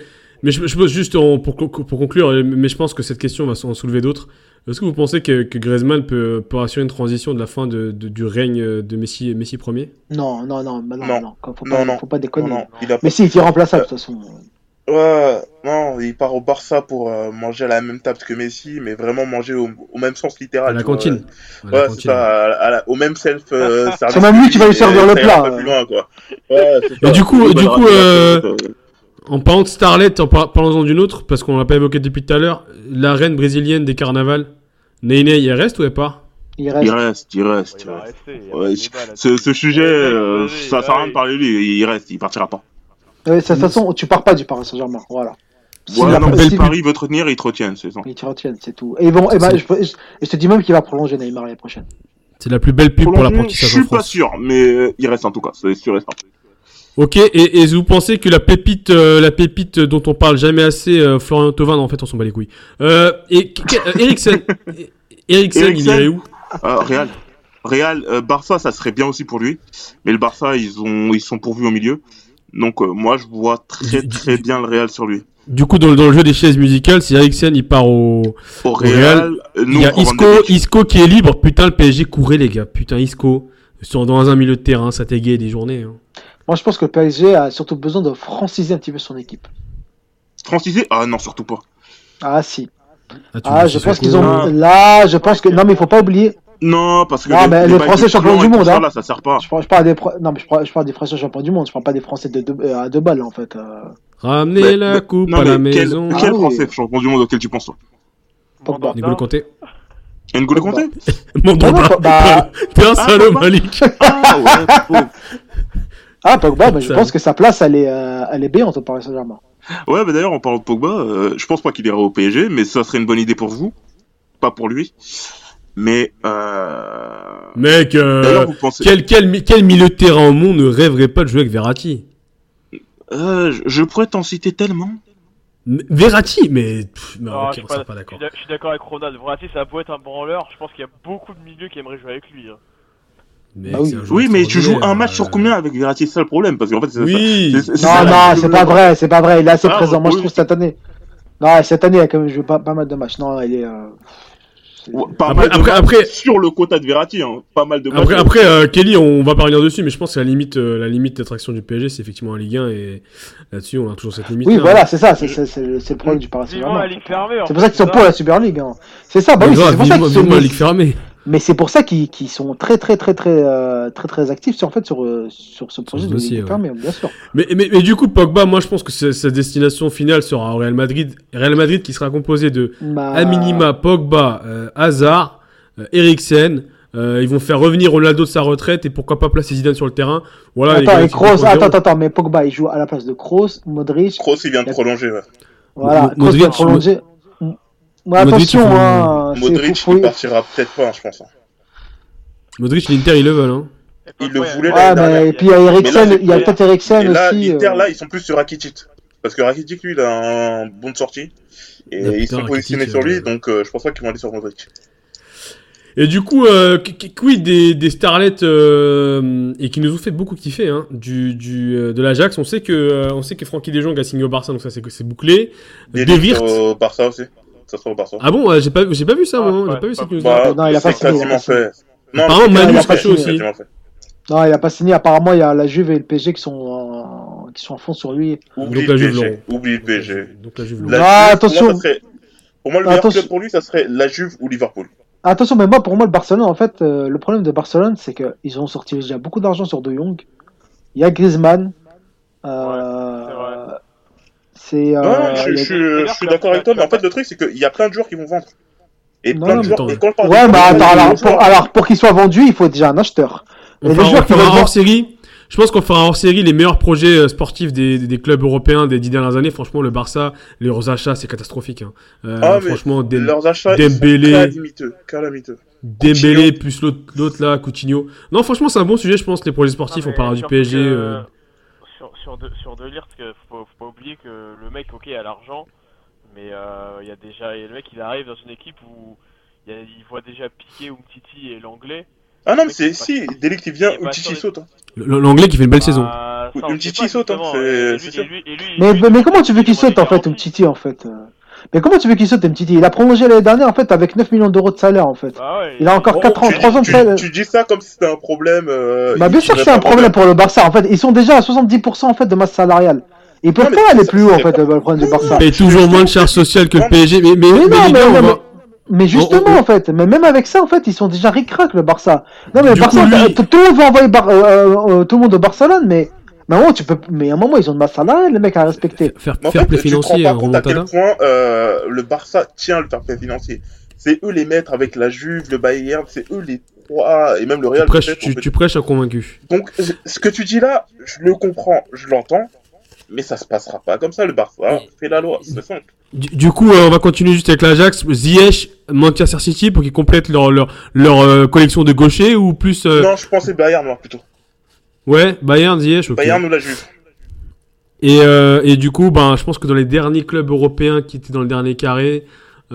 Mais je, je pose juste en- pour, co- pour conclure, mais je pense que cette question va en soulever d'autres. Est-ce que vous pensez que, que Griezmann peut, peut assurer une transition de la fin de, de- du règne de Messi, Messi premier? Non, non, non, bah non, Non. non, faut Non, pas, non. faut pas Non, déconner. non, il a pas. Mais si, il est irremplaçable de toute façon. Ouais, non, il part au Barça pour euh, manger à la même table que Messi, mais vraiment manger au, au même sens littéral. À la tu vois. cantine. À la Ouais, c'est cantine. ça, à la- à la- au même self euh, service. C'est même lui que qui va lui et servir le ça ira plat, Un peu euh. plus loin, quoi. Ouais, c'est Et ça. du coup, Oui, du bah, coup, il a- euh, euh, En parlant de Starlet, en par- parlons-en d'une autre, parce qu'on l'a pas évoqué depuis tout à l'heure, la reine brésilienne des carnavals, Ney Ney, elle reste ou elle part? Il Il reste. reste, il reste, Ouais, il il va reste. rester. y a Ouais, pas de ce, débat là-dessus. ce, ce sujet, Eh, mec, euh, vas-y, ça sert à rien de allez. parler de lui, il reste, il partira pas. Ouais, de toute façon, tu pars pas du Paris Saint-Germain. Voilà. Si Ouais, la- non, si- si Paris veut te retenir, il te retient, c'est ça. Ils te retiennent, c'est tout. Et bon, et ben, C'est- je, je, je te dis même qu'il va prolonger Neymar l'année prochaine. C'est la plus belle pub pour Prolongé, l'apprentissage je en suis pas France. sûr, mais euh, il reste en tout cas, c'est sûr et certain. Ok, et, et vous pensez que la pépite, euh, la pépite dont on parle jamais assez, euh, Florian Thauvin, non, en fait, on s'en bat les couilles. Euh, et qu- qu- euh, Eriksen, Eriksen, il Eriksen irait où? Euh, Real. Real, euh, Barça, ça serait bien aussi pour lui. Mais le Barça, ils ont, ils sont pourvus au milieu. Donc, euh, moi, je vois très, Du- du- très bien le Real sur lui. Du coup, dans, le- dans le jeu des chaises musicales, si Eriksen il part au, Au Real, Real, euh, nous, il y a on prend Van Isco, de Beek. Isco qui est libre. Putain, le P S G courait les gars. Putain, Isco sur dans un milieu de terrain, ça t'égaye des journées. Hein. Moi, je pense que le P S G a surtout besoin de franciser un petit peu son équipe. Francisé? Ah non, surtout pas. Ah, si. Ah, tu Ah, veux je que pense ce qu'ils soit- ont. Là, je pense que. Non, mais il faut pas oublier. Non, parce que Non, mais les baguettes Français champions blancs du et tout monde, ça, hein. là, ça sert pas. Je parle, je parle des, Fr- non, mais je parle, je parle des Français champions du monde. Je parle pas des Français de deux, euh, à deux balles, en fait. Euh, Ramener Mais- la mais- coupe non, à la mais quel, maison. Ah quel oui. Français champion du monde auquel tu penses, toi? Pogba. N'Golo Kanté. N'Golo Pogba. Kanté? Mandanda. Bah, bah- T'es un Ah, salaud, Pogba. Malik. Ah ouais, pauvre. Ah, Pogba, mais je Ça- pense que sa place, elle est, euh, elle est béante au Paris Saint-Germain. Ouais, bah d'ailleurs, en parlant de Pogba, euh, je pense pas qu'il ira au P S G, mais ça serait une bonne idée pour vous, pas pour lui. Mais euh... Mec, euh, d'ailleurs, vous pensez, quel, quel, mi- quel milieu de terrain au monde ne rêverait pas de jouer avec Verratti? euh, je- je pourrais t'en citer tellement. M- Verratti, mais, pff, non, Non, ok, je suis on pas, sera pas je d'accord. suis d'ac- je suis d'accord avec Ronald. Verratti, ça a beau être un branleur, je pense qu'il y a beaucoup de milieux qui aimeraient jouer avec lui. hein. Mec, Bah oui. c'est un joueur Oui, mais tu joues un extraordinaire, match sur euh, combien avec Verratti? C'est ça le problème, parce qu'en fait, c'est Oui. ça. c'est- c'est Non, ça, non, la- c'est le- pas vrai, c'est pas vrai. Il est assez Ah, présent. Moi, je oui. trouve cette année. Non, cette année, il a quand même joué pas, pas mal de matchs. Non, il est. euh, c'est- Ouais, Pas Après- mal de après- matchs après- sur le quota de Verratti, hein. Pas mal de matchs. Après, après euh, Kelly, on va pas revenir dessus, mais je pense que la limite, euh, la limite d'attraction du P S G, c'est effectivement en Ligue un, et là-dessus, on a toujours cette limite. Oui, voilà, c'est ça. C'est c'est- c'est le c'est le problème du Paris Vivement Saint-Germain. la Ligue fermée. en C'est pour fait, ça qu'ils sont ça. pour la Super League. hein. C'est ça, bah oui, c'est pour ça qu'ils sont. la Ligue fermée. Mais c'est pour ça qu'ils qu'ils sont très, très, très, très, euh, très, très actifs sur, en fait, sur, euh, sur ce projet ce de dossier, Ligue ouais. fermée, bien sûr. Mais, mais, mais du coup, Pogba, moi, je pense que c'est- sa destination finale sera au Real Madrid. Real Madrid qui sera composé de, Bah, à minima, Pogba, euh, Hazard, euh, Eriksen. Euh, ils vont faire revenir Ronaldo de sa retraite et pourquoi pas placer Zidane sur le terrain. Voilà. les Attends, gars, et ils sont Kroos, zéro. attends, attends, attends, mais Pogba, il joue à la place de Kroos, Modric. Kroos, il vient de prolonger, ouais. Voilà, Mo- Kroos Modric, vient de prolonger. Ouais, Modric, attention, il faut- hein. c'est- Modric, faut- faut- il partira peut-être pas, hein, je pense. hein. Modric, l'Inter, ils le veulent. Hein. Et Il Pogba, le voulait il y a- Ouais, l'année dernière. mais puis il y a Eriksen, c'est- il y a peut-être Eriksen Et là, aussi. Inter, euh, là, ils sont plus sur Rakitic. Parce que Rakitic, lui, il a un bon de sortie. Et Ah, putain, ils sont positionnés Rakitic, sur lui, euh, donc euh, je pense pas qu'ils vont aller sur Modric. Et du coup, euh, qu- qu- quid des, des starlets euh, et qui nous ont fait beaucoup kiffer hein, du, du, euh, de l'Ajax. On sait que euh, on sait que Francky De Jong a signé au Barça, donc ça c'est c'est bouclé. Et De Weerth. au Barça aussi. Ça sera au Barça. Ah bon, euh, j'ai pas j'ai pas vu ça, Ah, moi. ouais, J'ai pas vu pas cette news. Bah, Non, il a c'est pas signé, il a quasiment pas signé. fait. Non, Apparemment, mais- Manu il a serait pas chaud signé, aussi. quasiment fait. Non, il a pas signé. Apparemment, il y a la Juve et le P S G qui sont, en- qui sont en fond sur lui. Oublie Donc la le Juve, P S G. Laurent. Oublie le P S G. Donc la Juve. La Laurent. Ah, Juve, attention. Pour moi, ça serait... pour moi, le meilleur Attention. club pour lui, ça serait la Juve ou Liverpool. Attention, mais moi, pour moi, le Barcelone, en fait, euh, le problème de Barcelone, c'est qu'ils ont sorti déjà beaucoup d'argent sur De Jong. Il y a Griezmann. Euh, c'est vrai. c'est. euh, Ouais, je, il y a- je, je, je suis d'accord avec toi, mais en fait, le truc, c'est qu'il y a plein de joueurs qui vont vendre. Et Non, plein non, de mais joueurs. attends. Et quand je parle de Ouais, mais joueurs, attends, je parle de alors, joueurs. pour, alors, pour qu'il soit vendu, il faut déjà un acheteur. On Et les fera, joueurs on qui fera veulent un hors vendre- série. Je pense qu'on fera un hors série les meilleurs projets euh, sportifs des, des, des clubs européens des dix dernières années. Franchement, le Barça, les achats, c'est catastrophique. Hein. Euh, Ah, mais franchement, Dem- Leurs achats, ils sont Dembélé. calamiteux. Calamiteux. Dembélé plus l'autre l'autre là, Coutinho. Non, franchement, c'est un bon sujet, je pense, les projets sportifs. Non, On mais parlera du surtout P S G. que, euh, Sur, sur, de, sur De Ligt, que faut, faut pas oublier que le mec, ok, a l'argent, mais euh, il y a déjà, et le mec, il arrive dans une équipe où il, y a, il voit déjà Piqué, Umtiti et l'anglais. Ah non, mais Le c'est mec, il est si, pas- dès qu'il vient, il est pas Umtiti sur les- saute. hein. L'anglais qui fait une belle saison. Ah, ça, on Umtiti sait pas, saute, hein, justement, c'est- et lui- c'est et sûr. lui- et lui- Mais, lui, mais, mais il- comment tu veux il qu'il demande saute en des fait, garanties. Umtiti en fait euh Mais comment tu veux qu'il saute Umtiti? Il a prolongé l'année dernière en fait avec neuf millions d'euros de salaire en fait. Bah ouais, Il a encore Bon, quatre ans, tu, trois ans de tu- salaire. tu dis ça comme si c'était un problème. Euh, Bah il- bien il sûr que devrait c'est un pas problème pour le Barça en fait. Ils sont déjà à soixante-dix pour cent en fait de masse salariale. Ils peuvent Non, mais pas aller ça- plus haut en c'est fait, pas- le problème du Barça. paye toujours moins de charges sociales que le P S G. Mais, mais, Mais mais non, les mais, gars, on mais, va- mais, mais justement on- on- en fait, mais même avec ça en fait, ils sont déjà ric-rac le Barça. Non mais le Du Barça, coup, lui- t'as- tout le monde veut envoyer Bar- euh, euh, euh, tout le monde au Barcelone, mais mais à un moment tu peux, mais à un moment ils ont de masse salariale les mecs à respecter. faire, Mais en faire fait, play tu te rends financier, pas hein, compte à quel remontada. point euh, le Barça tient le fair play financier. C'est eux les maîtres avec la Juve, le Bayern, c'est eux les trois, et même le Tu Real. prêches, peut-être, tu, en fait. tu prêches un convaincu. Donc, ce que tu dis là, je le comprends, je l'entends, mais ça se passera pas comme ça. Le Barça fait la loi, c'est simple. Du, du coup, euh, on va continuer juste avec l'Ajax, Ziyech, Manchester City pour qu'ils complètent leur, leur, leur euh, collection de gauchers ou plus. euh, Non, je pensais Bayern, moi, plutôt. Ouais, Bayern, Ziyech, ok. Bayern ou la Juve. Et, euh, et du coup, ben, je pense que dans les derniers clubs européens qui étaient dans le dernier carré,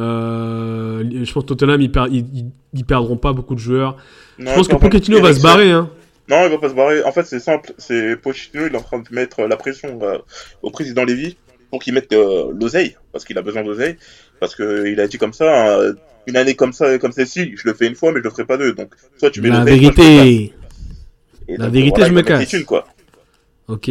euh, je pense que Tottenham, ils, per- ils, ils, ils perdront pas beaucoup de joueurs. Non, je pense que par contre, Pochettino va se Eriksen- barrer, hein. Non, il va pas se barrer. En fait, c'est simple. C'est Pochettino, il est en train de mettre la pression euh, au président Lévy pour qu'il mette euh, l'oseille, parce qu'il a besoin d'oseille, parce que il a dit comme ça, hein, une année comme ça, comme celle-ci, je le fais une fois, mais je le ferai pas deux. Donc, soit tu mets La l'oseille, soit je me vérité. casse. Et La donc, vérité, voilà, je il me va mettre les casse. thunes, quoi. Ok.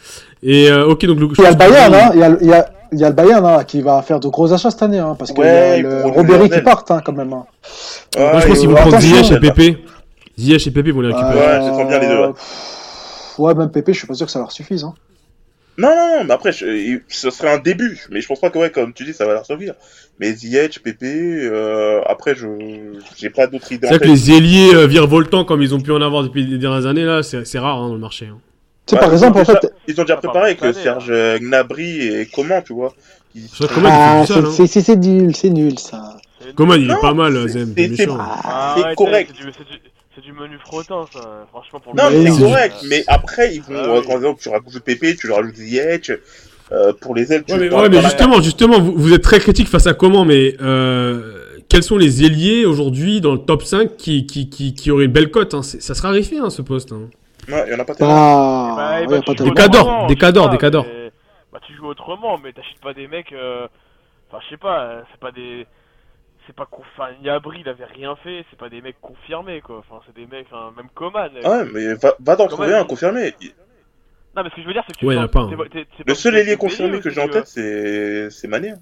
Et euh, ok, donc le- Il y a je le pense que Bayern, lui- hein, il y a, il y a, il y a le Bayern hein, qui va faire de gros achats cette année, hein, parce qu'il Ouais, y a le pour Robéry Lionel. qui part hein, quand même. Hein. Ouais, Moi, je pense et qu'ils vont ouais, prendre attention, Ziyech et celle-là. Pépé. Ziyech et Pépé vont les récupérer. Ouais, je les sens bien, les deux, ouais. pff, Ouais, même Pépé, je suis pas sûr que ça leur suffise. Hein. Non, non, non, mais après, je- il- ce serait un début. Mais je pense pas que, ouais, comme tu dis, ça va leur servir. Mais Ziyech, Pépé, euh, après, je j'ai pas d'autres idées C'est en vrai que tête. les ailiers euh, virevoltants, comme ils ont pu en avoir depuis les dernières années, là, c'est c'est rare hein, dans le marché. hein. Tu sais, Ouais, par ils ont exemple, en déjà- fait, Ils ont déjà Ah, préparé avec pardon, euh, cette année, Serge euh, Gnabry et comment, tu vois. Ils- Je sais Coman, il ah, fait du sale, c'est- hein. c'est c'est- c'est nul, c'est nul ça. C'est- Coman, il Non, est pas mal, c'est- Zem, c'est- t'es c'est- méchant. Ah, c'est ouais, correct. C'est du, c'est du, c'est du menu frottin, ça. Franchement, pour Non, le mais Oui, c'est oui. correct. Mais après, ils vont, Ah, euh, oui. quand exemple, tu rajoutes Pépé, tu rajoutes Ziyech, euh, pour les ailes, tu Ouais, mais, prends ouais, mais dans la- justement, justement, vous, vous êtes très critique face à Coman, mais euh, quels sont les ailiers aujourd'hui dans le top cinq qui, qui, qui, qui auraient une belle cote hein. C'est- Ça sera raréfié, hein, ce poste. Hein. Ouais, il y en a pas tellement. Ah, Bah, ouais, bah, y a tu pas joues Des de- cadors, autrement, des je sais cadors, pas, des cadors. mais- Bah, tu joues autrement, mais t'achètes pas des mecs. euh, Enfin, je sais pas, euh, c'est pas des. C'est pas. conf- Enfin, Gnabry, il avait rien fait, c'est pas des mecs confirmés, quoi. Enfin, c'est des mecs. Enfin, même Coman. euh, Ouais, mais va, va t'en Quand trouver même. un confirmé. Non, mais ce que je veux dire, c'est que tu. Ouais, y en a pas, t'es- hein. t'es- t'es pas Le seul obligé ailier de payer confirmé que aussi, j'ai en tu vois. tête, c'est c'est Mané. hein.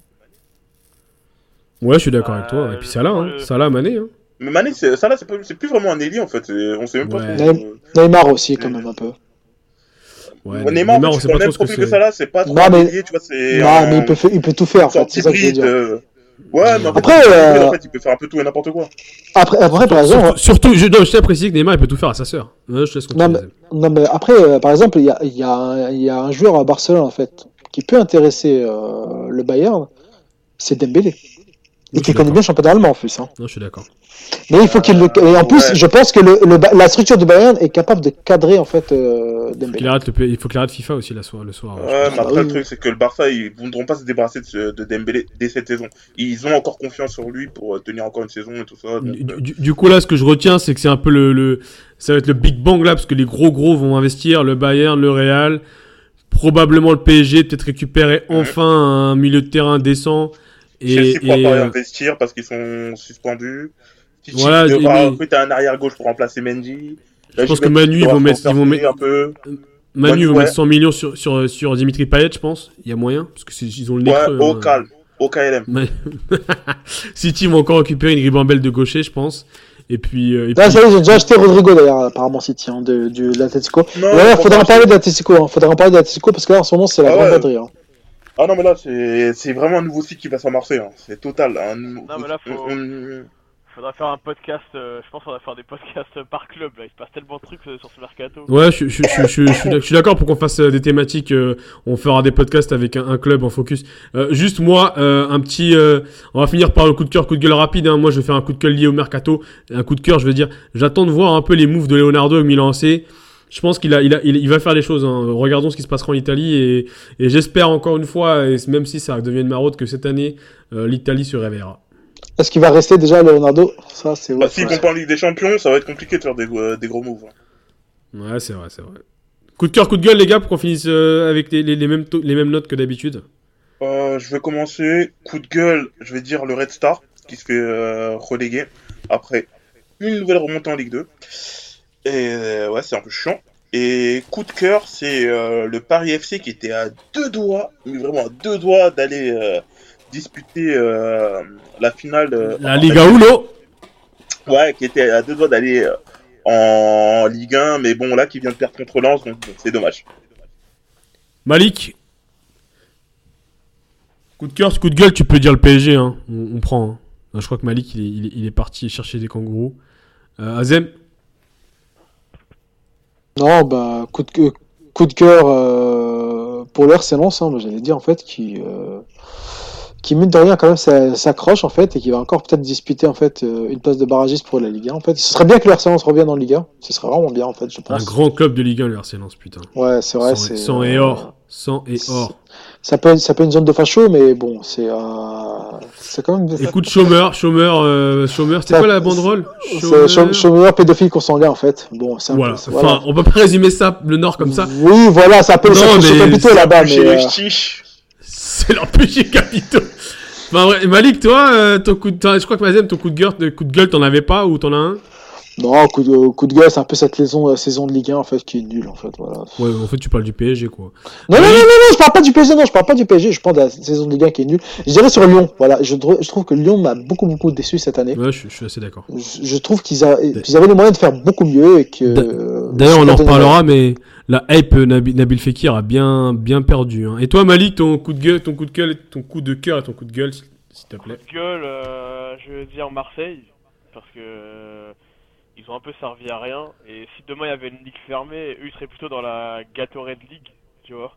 Ouais, je suis d'accord Bah, avec toi. Et puis le- Salah, hein. le- Salah, Mané. Hein. Mais Mané, c'est- ça là, c'est pas- c'est plus vraiment un ailier en fait. c'est- On sait même pas Ouais. trop. euh, Neymar aussi, quand même, un peu. Ouais, Neymar, Neymar, en on fait, sait tu prends pas le trop même ce que profil que c'est. ça là, c'est pas trop Non, un mais- ailier, tu vois, c'est Non, un- mais il peut, fa- il peut tout faire, en une fait, sorte c'est ça que je veux hybride. dire. euh, Ouais, mais en fait, Après, c'est un hybride, euh, en fait, il peut faire un peu tout et n'importe quoi. Après, après par exemple, Surtout, surtout je, non, je tiens à préciser que Neymar, il peut tout faire à sa sœur. Ouais, je te laisse continuer. Non, mais- non, mais après, euh, par exemple, il y a, il y, a un- il y a un joueur à Barcelone, en fait, qui peut intéresser euh, le Bayern, c'est Dembélé. Et Oui, je qui suis connaît d'accord. bien le championnat allemand, en plus. Hein. Non, je suis d'accord. Mais il faut qu'il le... Et en plus, ouais. je pense que le, le, Ba- la structure du Bayern est capable de cadrer, en fait, euh, Il, Dembélé. arrête le, P- il faut qu'il arrête FIFA aussi la soir, le soir. Ouais, je mais pense. après, oui. le truc, c'est que le Barça, ils ne voudront pas se débarrasser de, ce- de Dembélé dès cette saison. Ils ont encore confiance sur lui pour euh, tenir encore une saison et tout ça. Donc, Du, euh, du- du coup, là, ce que je retiens, c'est que c'est un peu le, le. Ça va être le Big Bang là, parce que les gros gros vont investir, le Bayern, le Real, probablement le P S G, peut-être récupérer enfin un milieu de terrain décent. Et, Chelsea pourra et, pas euh, investir parce qu'ils sont suspendus. City Voilà, devra mais- recruter un arrière-gauche pour remplacer Mendy. Je pense que Manu, ils vont mettre- ils vont mettre- un peu. Manu va ouais. mettre cent millions sur, sur, sur Dimitri Payet, je pense. Il y a moyen, parce que c'est- ils ont le nez Ouais, creux, au hein. calme, au K L M. Mais- City vont encore récupérer une ribambelle de gaucher, je pense. Et puis, euh, et Là, puis- ça y est, j'ai déjà acheté Rodrigo, d'ailleurs, apparemment, City, hein, de, de, de l'Atletico. Non, D'ailleurs, faut faudra pas en parler acheter. de l'Atletico, hein. Faudra en parler de l'Atletico, parce que là, en ce moment, c'est la Ah grande ouais. batterie. Hein. Ah non, mais là, c'est c'est vraiment un nouveau cycle qui va s'amorcer. Hein. C'est total. Un... Non, mais là, faut- on- on- Faudra faire un podcast, euh, je pense qu'on va faire des podcasts par club, là. Il se passe tellement de trucs euh, sur ce mercato. Ouais, je, je, je, je, je, je suis d'ac- je suis d'accord pour qu'on fasse euh, des thématiques. euh, on fera des podcasts avec un, un club en focus. Euh, juste moi, euh, un petit. euh, on va finir par le coup de cœur, coup de gueule rapide. Hein. Moi, je vais faire un coup de gueule lié au mercato. Un coup de cœur, je veux dire. J'attends de voir un peu les moves de Leonardo avec Milan A C. Je pense qu'il a, il a, il, il va faire les choses. Hein. Regardons ce qui se passera en Italie et, et j'espère encore une fois, et même si ça devient une maraude, que cette année euh, l'Italie se réveillera. Est-ce qu'il va rester déjà, Leonardo? Ça, c'est Bah, autre s'ils chose. vont pas en Ligue des Champions, ça va être compliqué de faire des, euh, des gros moves. hein. Ouais, c'est vrai, c'est vrai. Coup de cœur, coup de gueule, les gars, pour qu'on finisse euh, avec les, les, les, mêmes to- les mêmes notes que d'habitude. Euh, je vais commencer. Coup de gueule, je vais dire le Red Star, qui se fait euh, reléguer après une nouvelle remontée en Ligue deux. Et euh, ouais, c'est un peu chiant. Et coup de cœur, c'est euh, le Paris F C qui était à deux doigts, mais vraiment à deux doigts d'aller euh, disputer euh, la finale. Euh, La Liga Uno. Ouais, qui était à deux doigts d'aller euh, en Ligue un, mais bon, là, qui vient de perdre contre Lens, donc bon, c'est dommage. Malik. Coup de cœur, coup de gueule, tu peux dire le P S G, hein. On, on prend. Hein. Je crois que Malik, il est, il est, il est parti chercher des kangourous. Euh, Azem. Non, bah, coup de, que- coup de cœur euh, pour l'R C Lens, hein, moi, j'allais dire en fait, qui, euh, qui mine de rien quand même s'a- s'accroche en fait et qui va encore peut-être disputer en fait euh, une place de barragiste pour la Ligue un en fait. Ce serait bien que le R C Lens revienne en Ligue un, ce serait vraiment bien en fait, je Un pense. grand club de Ligue un, le R C Lens, putain. Ouais, c'est vrai, Sang, c'est sang et euh, or. Sang et or. ça peut être, ça peut être une zone de facho, mais bon, c'est euh, c'est quand même. Écoute, chômeur, chômeur, euh, chômeur, c'était Ça- quoi la banderole? C'est chô- chômeur pédophile consanguin en fait. Bon, c'est un Voilà. peu. Enfin, on peut pas résumer ça, le Nord, comme ça. Oui, voilà, ça peut Non, ça peut se mais capitaux c'est là-bas, Chez mais. les euh, ch'tis. C'est leur péché capitaux. Enfin, ouais, Malik, toi, euh, ton coup de, toi, je crois que Mazem, ton coup de gueule, de coup de gueule, t'en avais pas ou t'en as un? Non, coup de, coup de gueule, c'est un peu cette saison, euh, saison de Ligue un en fait qui est nulle en fait. Voilà. Ouais, en fait, tu parles du P S G, quoi. Non, non, non, non, non, je parle pas du P S G, non, je parle pas du P S G, je parle de la saison de Ligue un qui est nulle. Je dirais sur Lyon, voilà, je, dr- je trouve que Lyon m'a beaucoup, beaucoup déçu cette année. Ouais, je, je suis assez d'accord. Je, je trouve qu'ils, a, qu'ils avaient les moyens de faire beaucoup mieux et que. D'a- euh, D'ailleurs, on en je suis pas reparlera, mais la hype euh, Nabil, Nabil Fekir a bien, bien perdu. Hein. Et toi, Malik, ton coup de gueule, ton coup de gueule, ton coup de cœur et ton coup de gueule, s'il s'il te plaît. Coup de gueule, euh, je veux dire Marseille, parce que euh, ils ont un peu servi à rien. Et si demain il y avait une ligue fermée, eux ils seraient plutôt dans la Gatorade League, tu vois.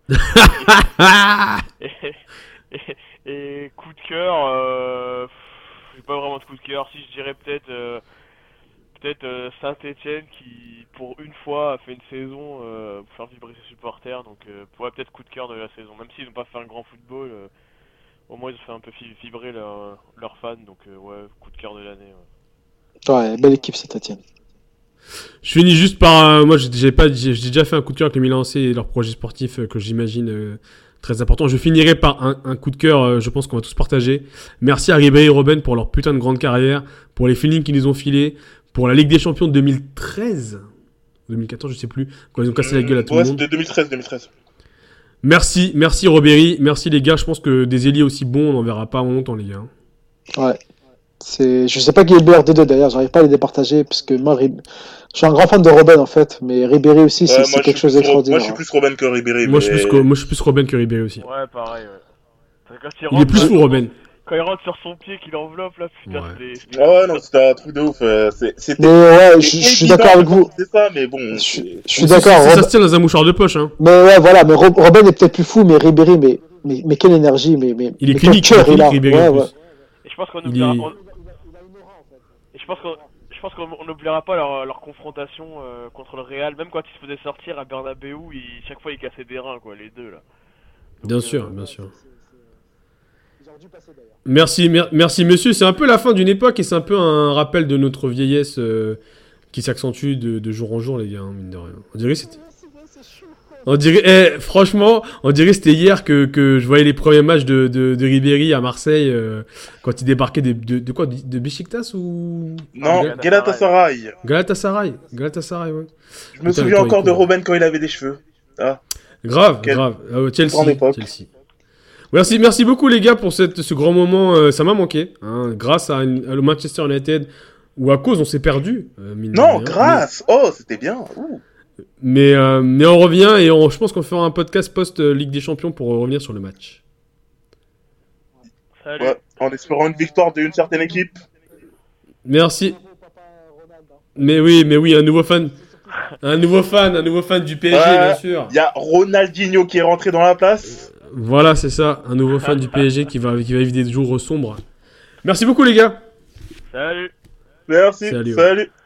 et, et, et coup de cœur, euh, pff, j'ai pas vraiment de coup de cœur. Si je dirais peut-être, euh, peut-être euh, Saint-Etienne qui, pour une fois, a fait une saison euh, pour faire vibrer ses supporters. Donc, euh, ouais, peut-être coup de cœur de la saison. Même s'ils n'ont pas fait un grand football. Euh, Au moins, ils ont fait un peu fi- vibrer leurs leurs fans, donc euh, ouais, coup de cœur de l'année. Ouais. Ouais, belle équipe Saint-Etienne. Je finis juste par. euh, moi, j'ai j'ai pas, j'ai j'ai déjà fait un coup de cœur avec le Milan A C et leur projet sportif euh, que j'imagine euh, très important. Je finirai par un, un coup de cœur, euh, je pense qu'on va tous partager. Merci à Ribéry et Robben pour leur putain de grande carrière, pour les feelings qu'ils nous ont filés, pour la Ligue des Champions de deux mille treize, deux mille quatorze, je sais plus, quand ils ont cassé la gueule à tout Ouais, le monde. c'était deux mille treize, deux mille treize. Merci, merci Robéry, merci les gars. Je pense que des ailiers aussi bons, on n'en verra pas longtemps, les gars. Ouais. C'est, je sais pas qui est le meilleur des deux d'ailleurs, j'arrive pas à les départager parce que moi, Rib- je suis un grand fan de Robben en fait, mais Ribéry aussi, c'est, Ouais, c'est moi, je quelque suis chose plus Ro- d'extraordinaire. Moi, je suis plus Robben que Ribéry. Moi, je suis mais- plus, co- moi, je suis plus Robben que Ribéry aussi. Ouais, pareil, ouais. Parce que quand il, Il est rentre, plus là, fou, Robben. quand il rentre sur son pied, qu'il enveloppe, là, putain, Ouais. c'était- c'était- Ah ouais, non, c'était un truc de ouf. euh, c'est- C'était. Mais ouais, je, c'était je suis évident d'accord avec quand vous. C'est ça, mais bon. Je, c'est- suis- je suis Ça, d'accord. ça, ça Rob- se tient dans un mouchoir de poche, hein. Mais ouais, voilà, mais Rob- Robben est peut-être plus fou, mais Ribéry, mais, mais, mais quelle énergie, mais, mais, Il est mais clinique, quel il est cœur il a. clinique, Ribéry, Ouais, en ouais. plus. Et je pense qu'on Il oubliera, est- on- et je pense qu'on, je pense qu'on on n'oubliera pas leur, leur confrontation euh, contre le Real, même quand ils se faisaient sortir à Bernabeu, ils, chaque fois ils cassaient des reins, quoi, les deux là. Donc, Bien euh, sûr, bien sûr. Merci, mer- merci monsieur. C'est un peu la fin d'une époque et c'est un peu un rappel de notre vieillesse euh, qui s'accentue de, de jour en jour, les gars, hein, mine de rien. On dirait que c'était... On dirait, eh, franchement, on dirait que c'était hier que, que je voyais les premiers matchs de, de, de Ribéry à Marseille euh, quand il débarquait de, de, de quoi De, de Beşiktaş ou Non, Gal- Galatasaray. Galatasaray. Galatasaray, ouais. Je me Putain, souviens attends, encore il de court. Robben quand il avait des cheveux. Ah. Grave, Quelle grave. Euh, Chelsea, grande époque. Chelsea. Merci, merci beaucoup les gars pour cette, ce grand moment. euh, ça m'a manqué. Hein, grâce à, une- à le Manchester United ou à cause on s'est perdu. euh, mine de Non, rien. grâce. Oh, c'était bien. Ouh. Mais, mais, euh, mais on revient et on, je pense qu'on fera un podcast post-Ligue des Champions pour revenir sur le match. Salut. Ouais, en espérant une victoire d'une certaine équipe. Merci. Mais oui, mais oui, un nouveau fan. Un nouveau fan, un nouveau fan du P S G, Ouais. bien sûr. Il y a Ronaldinho qui est rentré dans la place. Voilà, c'est ça. Un nouveau fan du P S G qui va, qui va vivre des jours sombres. Merci beaucoup les gars. Salut. Merci. Salut, ouais. Salut.